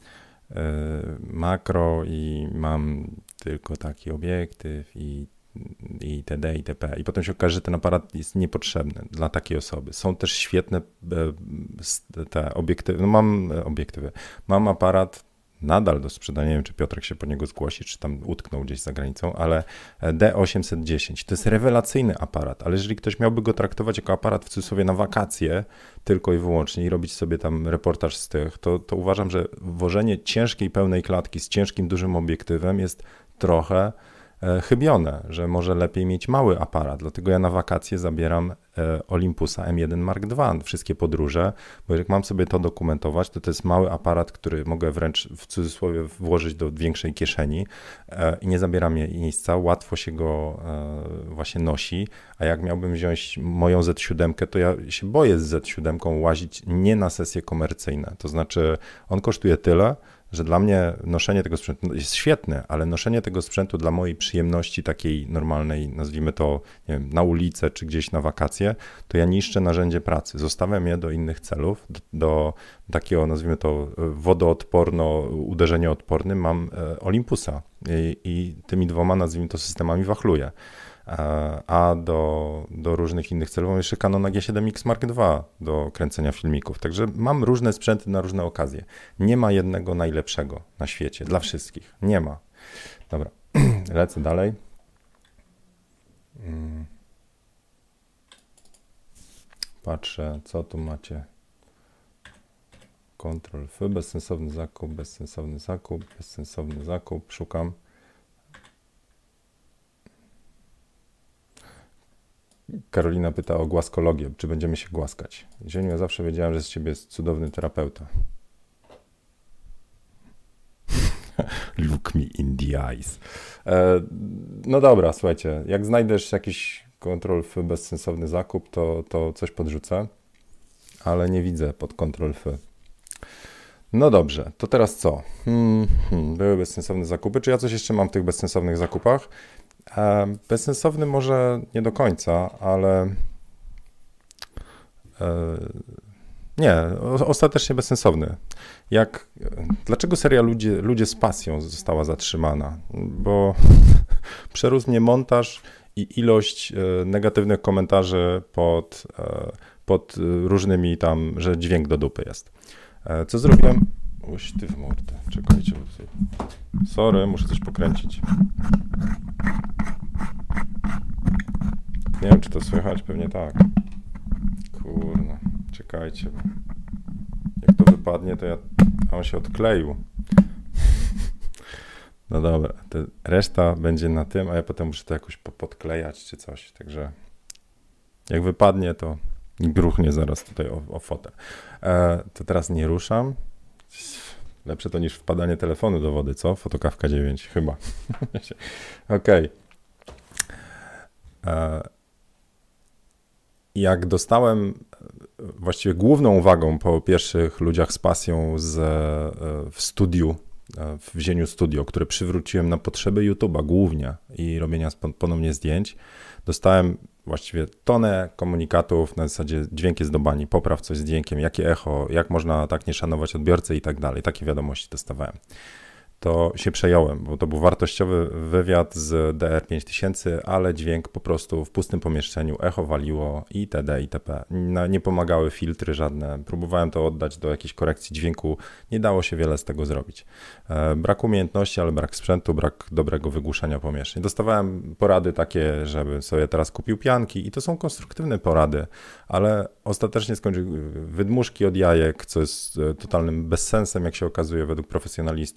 makro i mam tylko taki obiektyw i itd. itp. I potem się okaże, że ten aparat jest niepotrzebny dla takiej osoby. Są też świetne te obiektywy. No mam obiektywy. Mam aparat nadal do sprzedania. Nie wiem, czy Piotrek się po niego zgłosi, czy tam utknął gdzieś za granicą, ale D810 to jest rewelacyjny aparat, ale jeżeli ktoś miałby go traktować jako aparat w cudzysłowie na wakacje tylko i wyłącznie i robić sobie tam reportaż z tych, to uważam, że wożenie ciężkiej, pełnej klatki z ciężkim, dużym obiektywem jest trochę chybione, że może lepiej mieć mały aparat, dlatego ja na wakacje zabieram Olympusa M1 Mark II, wszystkie podróże, bo jak mam sobie to dokumentować, to jest mały aparat, który mogę wręcz w cudzysłowie włożyć do większej kieszeni i nie zabiera miejsca, łatwo się go właśnie nosi, a jak miałbym wziąć moją Z7, to ja się boję z Z7 łazić nie na sesje komercyjne, to znaczy on kosztuje tyle, że dla mnie noszenie tego sprzętu jest świetne, ale noszenie tego sprzętu dla mojej przyjemności takiej normalnej, nazwijmy to, nie wiem, na ulicę czy gdzieś na wakacje, to ja niszczę narzędzie pracy. Zostawiam je do innych celów, do takiego, nazwijmy to, wodoodporno, uderzenioodporny mam Olympusa i tymi 2, nazwijmy to, systemami wachluję. A do różnych innych celów mam jeszcze Canona G7X Mark II do kręcenia filmików. Także mam różne sprzęty na różne okazje. Nie ma jednego najlepszego na świecie, dla wszystkich. Nie ma. Dobra, lecę dalej. Patrzę, co tu macie. Ctrl-F, bezsensowny zakup, bezsensowny zakup, bezsensowny zakup. Szukam. Karolina pyta o głaskologię, czy będziemy się głaskać. Zieniu, ja zawsze wiedziałem, że z ciebie jest cudowny terapeuta. Look me in the eyes. No dobra, słuchajcie, jak znajdziesz jakiś Ctrl-F bezsensowny zakup, to coś podrzucę, ale nie widzę pod Ctrl-F. No dobrze, to teraz co? Były bezsensowne zakupy. Czy ja coś jeszcze mam w tych bezsensownych zakupach? Bezsensowny może nie do końca, ale nie, ostatecznie bezsensowny. Dlaczego seria Ludzie z pasją została zatrzymana? Bo przerósł mnie montaż i ilość negatywnych komentarzy pod różnymi tam, że dźwięk do dupy jest. Co zrobiłem? Oś ty w mordę, czekajcie. Sorry, muszę coś pokręcić. Nie wiem, czy to słychać, pewnie tak. Kurna, czekajcie. Jak to wypadnie, to on się odkleił. No dobra, reszta będzie na tym, a ja potem muszę to jakoś podklejać czy coś, także jak wypadnie, to gruchnie zaraz tutaj o fotel. To teraz nie ruszam. Lepsze to niż wpadanie telefonu do wody, co? Fotokawka 9, chyba. Okej. Jak dostałem właściwie główną uwagą po pierwszych Ludziach z pasją w studiu, w Wzieniu Studio, które przywróciłem na potrzeby YouTube'a głównie i robienia ponownie zdjęć, dostałem właściwie tonę komunikatów na zasadzie dźwięk jest do bani, popraw coś z dźwiękiem, jakie echo, jak można tak nie szanować odbiorcy i tak dalej. Takie wiadomości dostawałem. To się przejąłem, bo to był wartościowy wywiad z DR5000, ale dźwięk po prostu w pustym pomieszczeniu, echo waliło itd. itp. Nie pomagały filtry żadne. Próbowałem to oddać do jakiejś korekcji dźwięku. Nie dało się wiele z tego zrobić. Brak umiejętności, ale brak sprzętu, brak dobrego wygłuszania pomieszczeń. Dostawałem porady takie, żeby sobie teraz kupił pianki i to są konstruktywne porady, ale ostatecznie wydmuszki od jajek, co jest totalnym bezsensem, jak się okazuje według profesjonalistów. Tam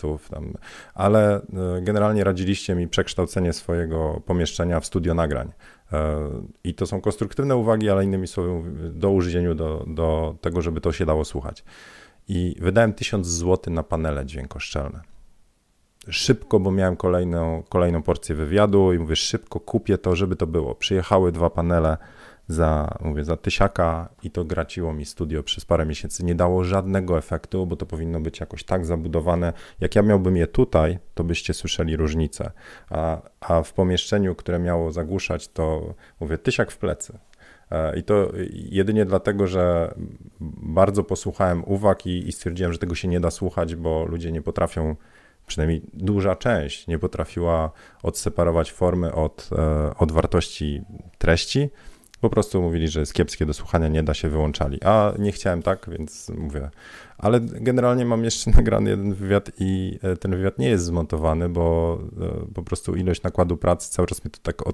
ale generalnie radziliście mi przekształcenie swojego pomieszczenia w studio nagrań. I to są konstruktywne uwagi, ale innymi słowy do użycia do tego, żeby to się dało słuchać. I wydałem 1000 zł na panele dźwiękoszczelne. Szybko, bo miałem kolejną porcję wywiadu i mówię, szybko kupię to, żeby to było. Przyjechały 2 panele za 1000 i to graciło mi studio przez parę miesięcy. Nie dało żadnego efektu, bo to powinno być jakoś tak zabudowane. Jak ja miałbym je tutaj, to byście słyszeli różnicę. A w pomieszczeniu, które miało zagłuszać, to mówię, 1000 w plecy. I to jedynie dlatego, że bardzo posłuchałem uwag i stwierdziłem, że tego się nie da słuchać, bo ludzie nie potrafią, przynajmniej duża część nie potrafiła odseparować formy od wartości treści. Po prostu mówili, że jest kiepskie do słuchania, nie da się, wyłączali. A nie chciałem tak, więc mówię. Ale generalnie mam jeszcze nagrany jeden wywiad i ten wywiad nie jest zmontowany, bo po prostu ilość nakładu pracy cały czas mnie to tak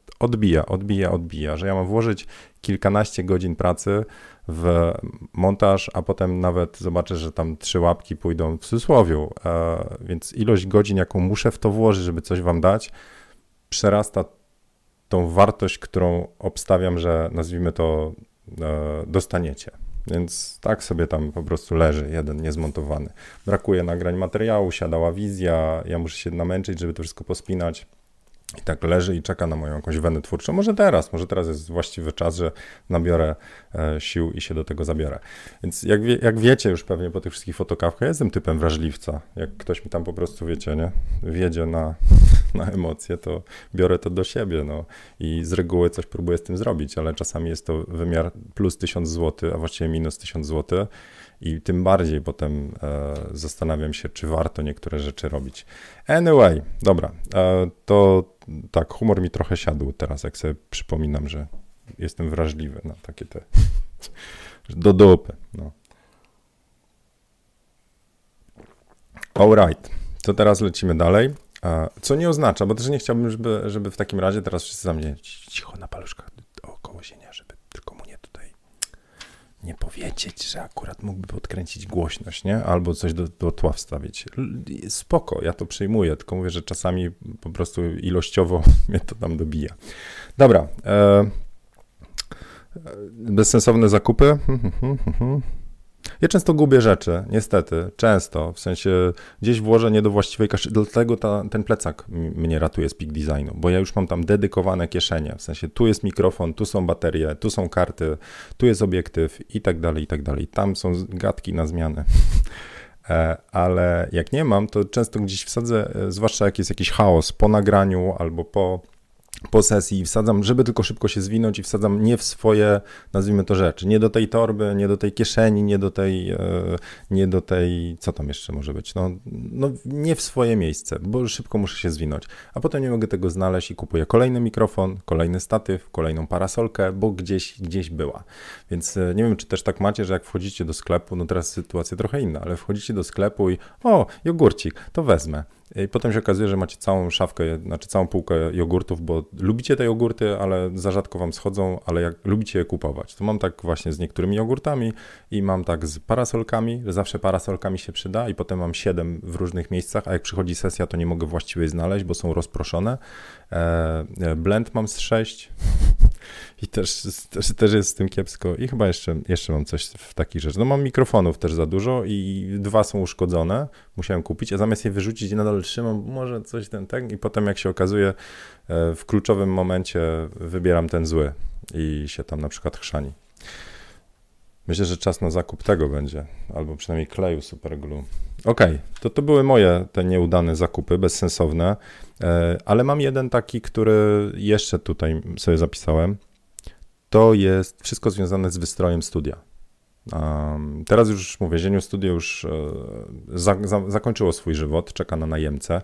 odbija, że ja mam włożyć kilkanaście godzin pracy w montaż, a potem nawet zobaczę, że tam 3 łapki pójdą w cudzysłowiu. Więc ilość godzin, jaką muszę w to włożyć, żeby coś wam dać, przerasta tą wartość, którą obstawiam, że nazwijmy to dostaniecie. Więc tak sobie tam po prostu leży, jeden niezmontowany. Brakuje nagrań materiału, siadała wizja, ja muszę się namęczyć, żeby to wszystko pospinać. I tak leży i czeka na moją jakąś wenę twórczą. Może teraz jest właściwy czas, że nabiorę sił i się do tego zabiorę. Więc jak wiecie już pewnie po tych wszystkich fotokawkach, ja jestem typem wrażliwca. Jak ktoś mi tam po prostu, wiecie, nie, wiedzie na emocje, to biorę to do siebie, no. I z reguły coś próbuję z tym zrobić, ale czasami jest to wymiar plus 1000 zł, a właściwie minus 1000 zł. I tym bardziej potem zastanawiam się, czy warto niektóre rzeczy robić. Anyway, dobra, to tak, humor mi trochę siadł teraz, jak sobie przypominam, że jestem wrażliwy na takie te do dupy. No. Alright, to teraz lecimy dalej, co nie oznacza, bo też nie chciałbym, żeby w takim razie teraz wszyscy za mnie cicho na paluszkach około sienia, żeby tylko mu nie tutaj nie powiedzieć, że akurat mógłby podkręcić głośność, nie? Albo coś do tła wstawić. Spoko, ja to przyjmuję, tylko mówię, że czasami po prostu ilościowo mnie to tam dobija. Dobra. Bezsensowne zakupy. Ja często gubię rzeczy, niestety, często, w sensie gdzieś włożę nie do właściwej kaszy, dlatego ten plecak mnie ratuje z Peak Designu, bo ja już mam tam dedykowane kieszenie, w sensie tu jest mikrofon, tu są baterie, tu są karty, tu jest obiektyw i tak dalej, tam są gadki na zmianę. Ale jak nie mam, to często gdzieś wsadzę, zwłaszcza jak jest jakiś chaos po nagraniu albo po sesji, wsadzam, żeby tylko szybko się zwinąć i wsadzam nie w swoje, nazwijmy to rzeczy, nie do tej torby, nie do tej kieszeni, nie do tej, co tam jeszcze może być, no nie w swoje miejsce, bo szybko muszę się zwinąć, a potem nie mogę tego znaleźć i kupuję kolejny mikrofon, kolejny statyw, kolejną parasolkę, bo gdzieś była. Więc nie wiem, czy też tak macie, że jak wchodzicie do sklepu, no teraz sytuacja trochę inna, ale wchodzicie do sklepu i jogurcik, to wezmę. I potem się okazuje, że macie całą szafkę, znaczy całą półkę jogurtów, bo lubicie te jogurty, ale za rzadko wam schodzą, ale jak lubicie je kupować. To mam tak właśnie z niektórymi jogurtami i mam tak z parasolkami, że zawsze parasolka mi się przyda i potem mam 7 w różnych miejscach, a jak przychodzi sesja, to nie mogę właściwie znaleźć, bo są rozproszone. Blend mam z 6 i też jest z tym kiepsko i chyba jeszcze mam coś w takich rzeczy. No mam mikrofonów też za dużo i 2 są uszkodzone, musiałem kupić, a zamiast je wyrzucić i nadal trzymam, może coś ten i potem jak się okazuje w kluczowym momencie wybieram ten zły i się tam na przykład chrzani. Myślę, że czas na zakup tego będzie, albo przynajmniej kleju Superglue. Okej, to były moje te nieudane zakupy, bezsensowne, ale mam jeden taki, który jeszcze tutaj sobie zapisałem. To jest wszystko związane z wystrojem studia. Teraz już mówię, Zieniu Studio już zakończyło swój żywot, czeka na najemcę.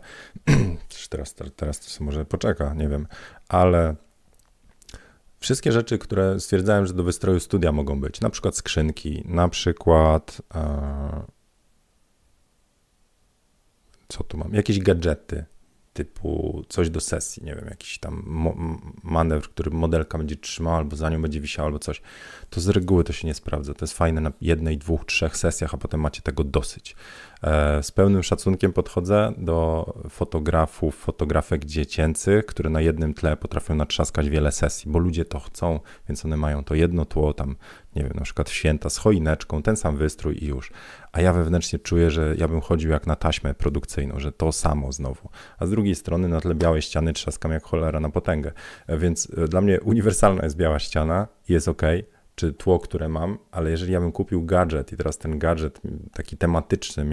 Teraz to sobie może poczeka, nie wiem, ale wszystkie rzeczy, które stwierdzałem, że do wystroju studia mogą być, na przykład skrzynki, na przykład co tu mam, jakieś gadżety, typu coś do sesji, nie wiem, jakiś tam manewr, który modelka będzie trzymała, albo za nią będzie wisiała, albo coś, to z reguły to się nie sprawdza. To jest fajne na 1, 2, 3 sesjach, a potem macie tego dosyć. Z pełnym szacunkiem podchodzę do fotografek dziecięcych, które na jednym tle potrafią natrzaskać wiele sesji, bo ludzie to chcą, więc one mają to jedno tło tam, nie wiem, na przykład w święta z choineczką, ten sam wystrój i już. A ja wewnętrznie czuję, że ja bym chodził jak na taśmę produkcyjną, że to samo znowu. A z drugiej strony na tle białej ściany trzaskam jak cholera na potęgę. Więc dla mnie uniwersalna jest biała ściana, jest ok, czy tło, które mam, ale jeżeli ja bym kupił gadżet i teraz ten gadżet taki tematyczny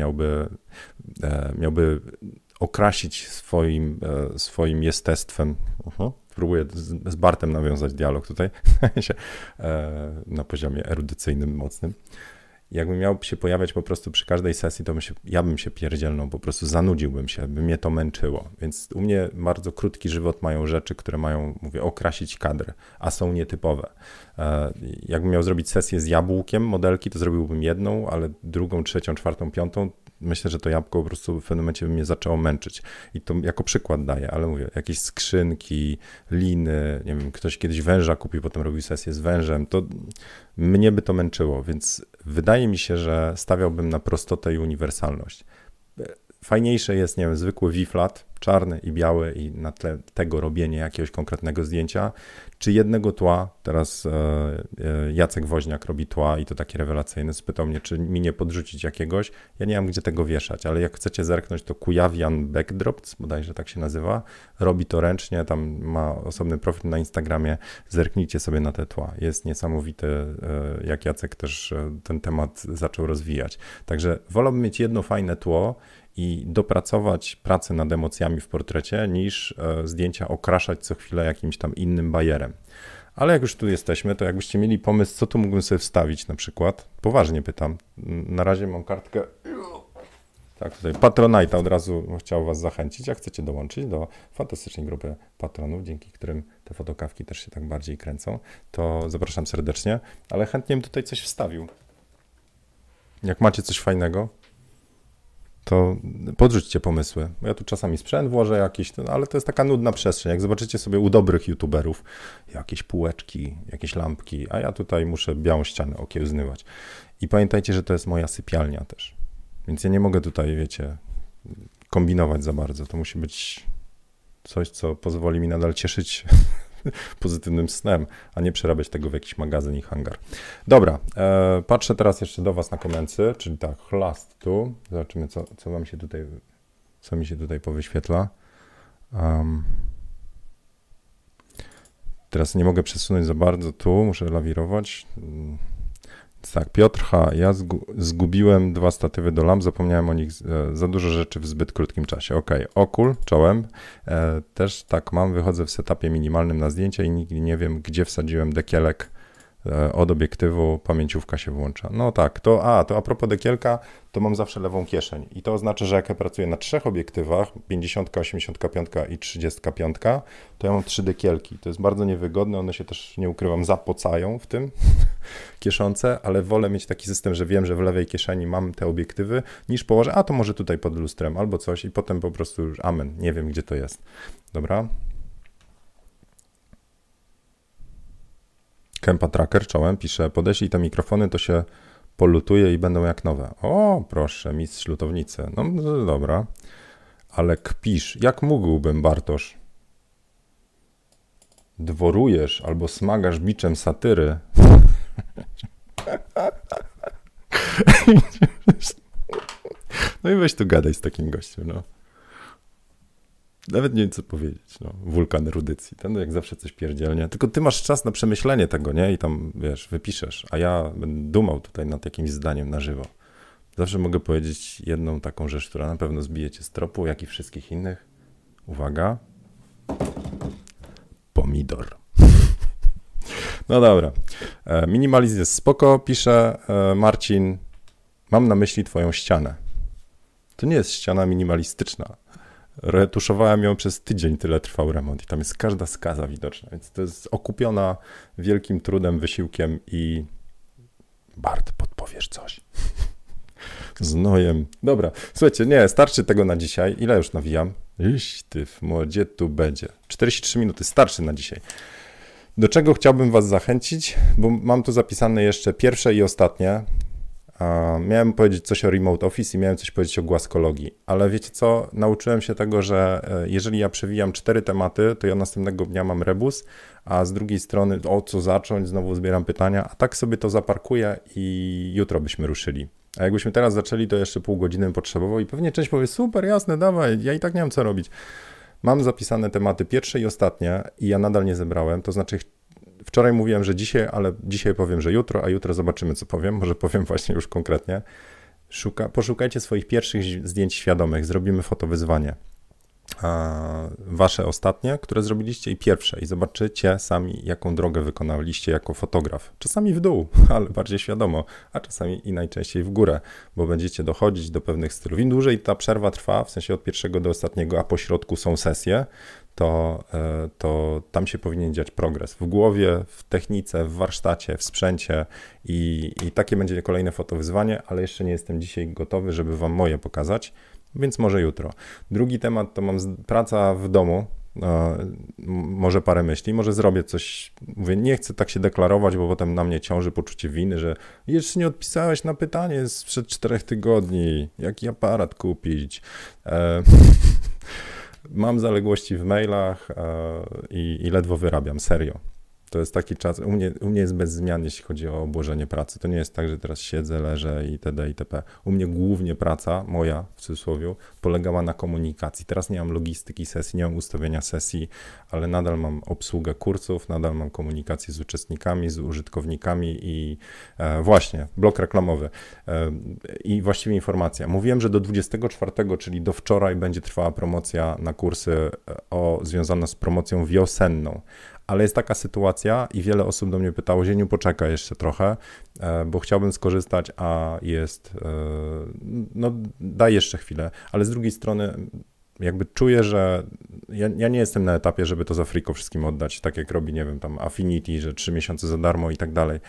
miałby okrasić swoim jestestwem, próbuję z Bartem nawiązać dialog tutaj na poziomie erudycyjnym mocnym. Jakbym miał się pojawiać po prostu przy każdej sesji, to ja bym się pierdzielnął, po prostu zanudziłbym się, by mnie to męczyło. Więc u mnie bardzo krótki żywot mają rzeczy, które mają, mówię, okrasić kadr, a są nietypowe. Jakbym miał zrobić sesję z jabłkiem modelki, to zrobiłbym jedną, ale drugą, trzecią, czwartą, piątą, myślę, że to jabłko po prostu w pewnym momencie by mnie zaczęło męczyć. I to jako przykład daję, ale mówię, jakieś skrzynki, liny, nie wiem, ktoś kiedyś węża kupił, potem robił sesję z wężem, to mnie by to męczyło, więc wydaje mi się, że stawiałbym na prostotę i uniwersalność. Fajniejsze jest, nie wiem, zwykły V-flat, czarny i biały i na tle tego robienie jakiegoś konkretnego zdjęcia, czy jednego tła. Teraz Jacek Woźniak robi tła i to takie rewelacyjne. Spytał mnie, czy mi nie podrzucić jakiegoś. Ja nie mam gdzie tego wieszać, ale jak chcecie zerknąć, to Kujawian Backdrops, bodajże tak się nazywa, robi to ręcznie, tam ma osobny profil na Instagramie, zerknijcie sobie na te tła. Jest niesamowity, jak Jacek też ten temat zaczął rozwijać. Także wolałbym mieć jedno fajne tło i dopracować pracę nad emocjami w portrecie, niż zdjęcia okraszać co chwilę jakimś tam innym bajerem. Ale jak już tu jesteśmy, to jakbyście mieli pomysł, co tu mógłbym sobie wstawić na przykład, poważnie pytam, na razie mam kartkę, tak tutaj Patronite'a, od razu chciał was zachęcić, jak chcecie dołączyć do fantastycznej grupy patronów, dzięki którym te fotokawki też się tak bardziej kręcą, to zapraszam serdecznie, ale chętnie bym tutaj coś wstawił. Jak macie coś fajnego, to podrzućcie pomysły. Ja tu czasami sprzęt włożę jakiś, ale to jest taka nudna przestrzeń. Jak zobaczycie sobie u dobrych youtuberów jakieś półeczki, jakieś lampki, a ja tutaj muszę białą ścianę okiełznywać. I pamiętajcie, że to jest moja sypialnia też. Więc ja nie mogę tutaj, wiecie, kombinować za bardzo. To musi być coś, co pozwoli mi nadal cieszyć pozytywnym snem, a nie przerabiać tego w jakiś magazyn i hangar. Dobra, patrzę teraz jeszcze do was na komency, czyli tak, chlast tu. Zobaczymy, co mi się tutaj powyświetla. Teraz nie mogę przesunąć za bardzo tu, muszę lawirować. Tak, Piotr H. Ja zgubiłem 2 statywy do lamp, zapomniałem o nich, za dużo rzeczy w zbyt krótkim czasie. Ok, Okul, czołem. Też tak mam, wychodzę w setupie minimalnym na zdjęcia i nigdy nie wiem, gdzie wsadziłem dekielek od obiektywu, pamięciówka się włącza. No tak, to a propos dekielka, to mam zawsze lewą kieszeń i to oznacza, że jak ja pracuję na 3 obiektywach, 50, 85 i 35, to ja mam 3 dekielki. To jest bardzo niewygodne, one się też, nie ukrywam, zapocają w tym kieszonce, ale wolę mieć taki system, że wiem, że w lewej kieszeni mam te obiektywy, niż położę, a to może tutaj pod lustrem albo coś i potem po prostu już amen, nie wiem, gdzie to jest. Dobra. Kempa Tracker, czołem, pisze, podeślij te mikrofony, to się polutuje i będą jak nowe. O, proszę, mistrz lutownicy. No dobra, ale kpisz, jak mógłbym, Bartosz? Dworujesz albo smagasz biczem satyry. No i weź tu gadaj z takim gościem, no. Nawet nie wiem, co powiedzieć, no. Wulkan erudycji. Ten jak zawsze coś pierdzielnie. Tylko ty masz czas na przemyślenie tego, nie? I tam, wiesz, wypiszesz. A ja będę dumał tutaj nad jakimś zdaniem na żywo. Zawsze mogę powiedzieć jedną taką rzecz, która na pewno zbije cię z tropu, jak i wszystkich innych. Uwaga. Pomidor. No dobra. Minimalizm jest spoko, pisze Marcin. Mam na myśli twoją ścianę. To nie jest ściana minimalistyczna. Retuszowałem ją przez tydzień, tyle trwał remont i tam jest każda skaza widoczna, więc to jest okupiona wielkim trudem, wysiłkiem i Bart, podpowiesz coś. Znojem. Dobra, słuchajcie, nie, starczy tego na dzisiaj. Ile już nawijam? Iść ty w młodzie tu będzie. 43 minuty, starczy na dzisiaj. Do czego chciałbym was zachęcić, bo mam tu zapisane jeszcze pierwsze i ostatnie. Miałem powiedzieć coś o remote office i miałem coś powiedzieć o głaskologii, ale wiecie co, nauczyłem się tego, że jeżeli ja przewijam 4 tematy, to ja następnego dnia mam rebus, a z drugiej strony o co zacząć, znowu zbieram pytania, a tak sobie to zaparkuję i jutro byśmy ruszyli. A jakbyśmy teraz zaczęli, to jeszcze pół godziny bym potrzebował i pewnie część powie, super, jasne, dawaj, ja i tak nie wiem co robić. Mam zapisane tematy pierwsze i ostatnie i ja nadal nie zebrałem, to znaczy wczoraj mówiłem, że dzisiaj, ale dzisiaj powiem, że jutro, a jutro zobaczymy, co powiem. Może powiem właśnie już konkretnie. Poszukajcie swoich pierwszych zdjęć świadomych. Zrobimy fotowyzwanie. Wasze ostatnie, które zrobiliście i pierwsze. I zobaczycie sami, jaką drogę wykonaliście jako fotograf. Czasami w dół, ale bardziej świadomo, a czasami i najczęściej w górę, bo będziecie dochodzić do pewnych stylów. Im dłużej ta przerwa trwa, w sensie od pierwszego do ostatniego, a po środku są sesje, to tam się powinien dziać progres. W głowie, w technice, w warsztacie, w sprzęcie i takie będzie kolejne fotowyzwanie, ale jeszcze nie jestem dzisiaj gotowy, żeby wam moje pokazać, więc może jutro. Drugi temat to mam praca w domu, może parę myśli, może zrobię coś, mówię, nie chcę tak się deklarować, bo potem na mnie ciąży poczucie winy, że jeszcze nie odpisałeś na pytanie sprzed 4 tygodni, jaki aparat kupić. Mam zaległości w mailach i ledwo wyrabiam, serio. To jest taki czas, u mnie jest bez zmian, jeśli chodzi o obłożenie pracy. To nie jest tak, że teraz siedzę, leżę itd. itp. U mnie głównie praca, moja w cudzysłowie, polegała na komunikacji. Teraz nie mam logistyki sesji, nie mam ustawienia sesji, ale nadal mam obsługę kursów, nadal mam komunikację z uczestnikami, z użytkownikami i właśnie, blok reklamowy i właściwie informacja. Mówiłem, że do 24, czyli do wczoraj będzie trwała promocja na kursy związana z promocją wiosenną. Ale jest taka sytuacja i wiele osób do mnie pytało, Zieniu, poczekaj jeszcze trochę, bo chciałbym skorzystać, a jest, no daj jeszcze chwilę, ale z drugiej strony jakby czuję, że ja nie jestem na etapie, żeby to za friko wszystkim oddać, tak jak robi, nie wiem, tam Affinity, że 3 miesiące za darmo i tak dalej.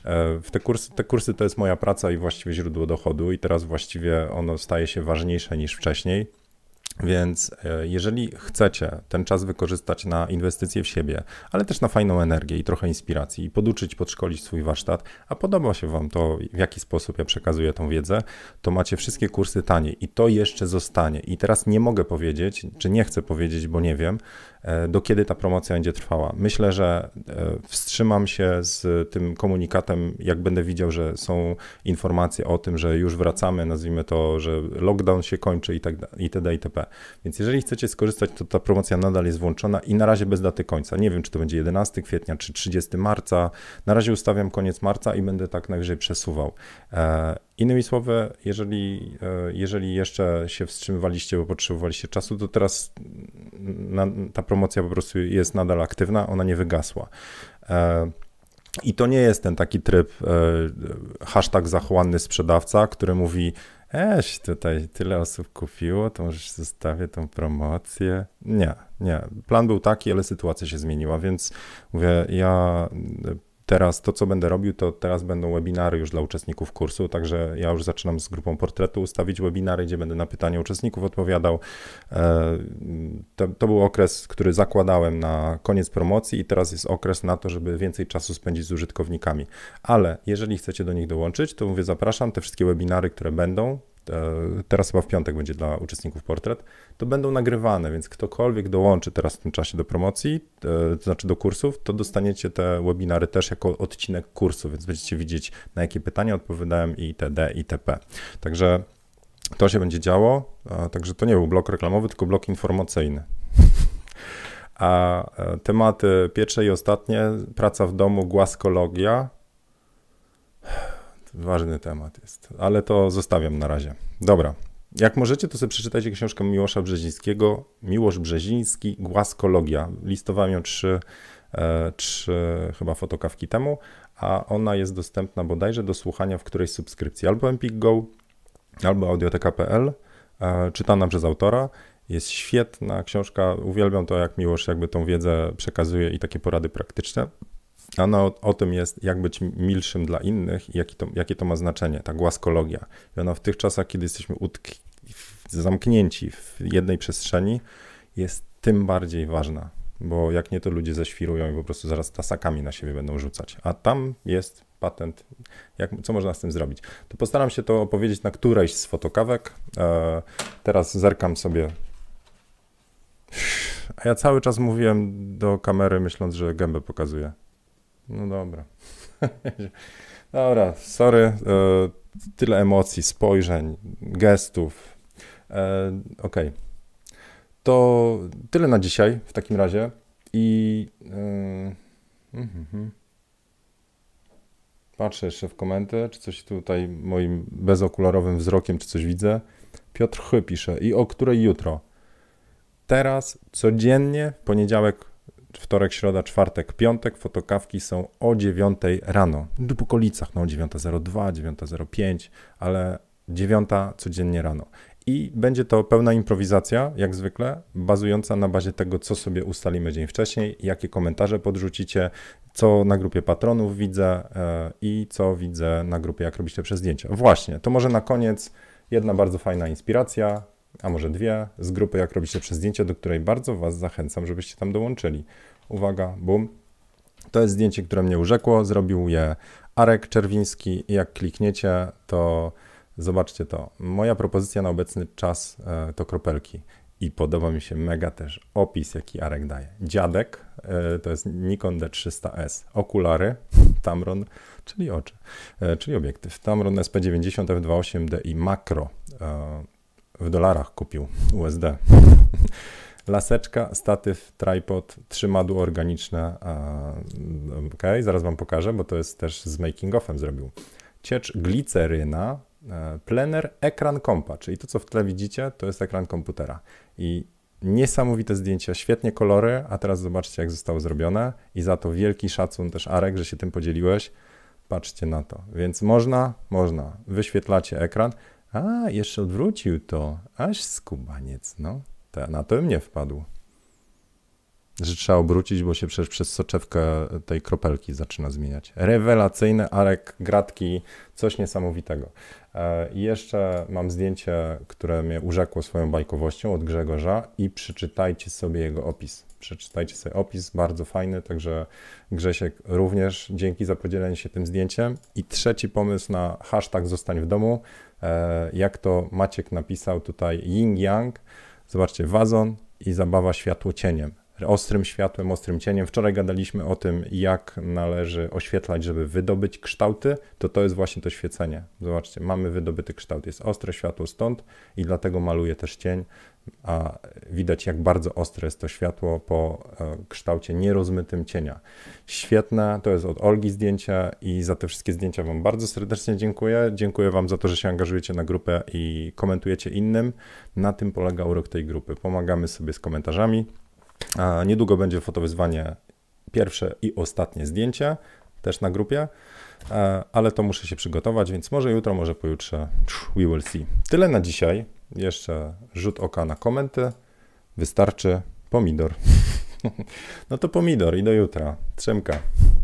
Te kursy to jest moja praca i właściwie źródło dochodu i teraz właściwie ono staje się ważniejsze niż wcześniej. Więc jeżeli chcecie ten czas wykorzystać na inwestycje w siebie, ale też na fajną energię i trochę inspiracji i poduczyć, podszkolić swój warsztat, a podoba się wam to, w jaki sposób ja przekazuję tą wiedzę, to macie wszystkie kursy taniej i to jeszcze zostanie. I teraz nie mogę powiedzieć, czy nie chcę powiedzieć, bo nie wiem, do kiedy ta promocja będzie trwała. Myślę, że wstrzymam się z tym komunikatem, jak będę widział, że są informacje o tym, że już wracamy, nazwijmy to, że lockdown się kończy itd. itp. Więc jeżeli chcecie skorzystać, to ta promocja nadal jest włączona i na razie bez daty końca. Nie wiem, czy to będzie 11 kwietnia, czy 30 marca. Na razie ustawiam koniec marca i będę tak najwyżej przesuwał. Innymi słowy, jeżeli jeszcze się wstrzymywaliście, bo potrzebowaliście czasu, to teraz ta promocja po prostu jest nadal aktywna, ona nie wygasła. I to nie jest ten taki tryb hashtag zachłanny sprzedawca, który mówi, tutaj tyle osób kupiło, to może zostawię tą promocję. Nie. Plan był taki, ale sytuacja się zmieniła, więc mówię, ja teraz to, co będę robił, to teraz będą webinary już dla uczestników kursu, także ja już zaczynam z grupą portretu ustawić webinary, gdzie będę na pytania uczestników odpowiadał. To był okres, który zakładałem na koniec promocji i teraz jest okres na to, żeby więcej czasu spędzić z użytkownikami. Ale jeżeli chcecie do nich dołączyć, to mówię, zapraszam, te wszystkie webinary, które będą, teraz chyba w piątek będzie dla uczestników portret, to będą nagrywane, więc ktokolwiek dołączy teraz w tym czasie do promocji, to znaczy do kursów, to dostaniecie te webinary też jako odcinek kursu, więc będziecie widzieć, na jakie pytania odpowiadałem itd. itp. Także to się będzie działo, także to nie był blok reklamowy, tylko blok informacyjny. A tematy pierwsze i ostatnie, praca w domu, głaskologia, ważny temat jest, ale to zostawiam na razie. Dobra, jak możecie, to sobie przeczytajcie książkę Miłosza Brzezińskiego, Miłosz Brzeziński, Głaskologia. Listowałem ją trzy chyba fotokawki temu, a ona jest dostępna bodajże do słuchania w którejś subskrypcji, albo Empik Go, albo audioteka.pl, czytana przez autora. Jest świetna książka, uwielbiam to, jak Miłosz jakby tą wiedzę przekazuje i takie porady praktyczne. Ona o tym jest, jak być milszym dla innych i jakie to ma znaczenie, ta głaskologia. I ona w tych czasach, kiedy jesteśmy zamknięci w jednej przestrzeni, jest tym bardziej ważna, bo jak nie, to ludzie ześwirują i po prostu zaraz tasakami na siebie będą rzucać. A tam jest patent, co można z tym zrobić. To postaram się to opowiedzieć na którejś z fotokawek. Teraz zerkam sobie. A ja cały czas mówiłem do kamery, myśląc, że gębę pokazuję. No dobra. Dobra, sorry. Tyle emocji, spojrzeń, gestów. Okej. To tyle na dzisiaj w takim razie. I patrzę jeszcze w komenty, czy coś tutaj moim bezokularowym wzrokiem, czy coś widzę. Piotr Chy pisze. I o której jutro? Teraz codziennie, poniedziałek, wtorek, środa, czwartek, piątek, fotokawki są o 9 rano. W okolicach, no 9:02, 9:05, ale 9 codziennie rano. I będzie to pełna improwizacja, jak zwykle, bazująca na bazie tego, co sobie ustalimy dzień wcześniej, jakie komentarze podrzucicie, co na grupie patronów widzę i co widzę na grupie, jak robicie przez zdjęcia. Właśnie, to może na koniec jedna bardzo fajna inspiracja, a może dwie, z grupy Jak robicie przez zdjęcia, do której bardzo Was zachęcam, żebyście tam dołączyli. Uwaga, bum. To jest zdjęcie, które mnie urzekło, zrobił je Arek Czerwiński i jak klikniecie, to zobaczcie to. Moja propozycja na obecny czas to kropelki i podoba mi się mega też opis, jaki Arek daje. Dziadek, to jest Nikon D300S, okulary, Tamron, czyli oczy, czyli obiektyw. Tamron SP90 f2.8 DI Makro, w dolarach kupił, USD. Laseczka, statyw, tripod, trzymadło organiczne. Okej, zaraz Wam pokażę, bo to jest też z making offem zrobił. Ciecz gliceryna, plener, ekran kompa, czyli to, co w tle widzicie, to jest ekran komputera. I niesamowite zdjęcia, świetnie kolory, a teraz zobaczcie, jak zostało zrobione i za to wielki szacun też Arek, że się tym podzieliłeś. Patrzcie na to. Więc można. Wyświetlacie ekran. A, jeszcze odwrócił to. Aż skubaniec, no. Na to bym nie wpadł. Że trzeba obrócić, bo się przecież przez soczewkę tej kropelki zaczyna zmieniać. Rewelacyjne, Arek, gratki, coś niesamowitego. I jeszcze mam zdjęcie, które mnie urzekło swoją bajkowością od Grzegorza i przeczytajcie sobie jego opis. Przeczytajcie sobie opis, bardzo fajny, także Grzesiek również dzięki za podzielenie się tym zdjęciem. I trzeci pomysł na hashtag zostań w domu, jak to Maciek napisał tutaj, yin-yang. Zobaczcie, wazon i zabawa światło-cieniem. Ostrym światłem, ostrym cieniem. Wczoraj gadaliśmy o tym, jak należy oświetlać, żeby wydobyć kształty, to jest właśnie to świecenie. Zobaczcie, mamy wydobyty kształt, jest ostre światło stąd i dlatego maluję też cień, a widać, jak bardzo ostre jest to światło po kształcie nierozmytym cienia. Świetne, to jest od Olgi zdjęcia i za te wszystkie zdjęcia Wam bardzo serdecznie dziękuję. Dziękuję Wam za to, że się angażujecie na grupę i komentujecie innym. Na tym polega urok tej grupy. Pomagamy sobie z komentarzami. A niedługo będzie fotowyzwanie pierwsze i ostatnie zdjęcie, też na grupie, ale to muszę się przygotować, więc może jutro, może pojutrze, we will see. Tyle na dzisiaj, jeszcze rzut oka na komenty, wystarczy pomidor. No to pomidor i do jutra, trzymka.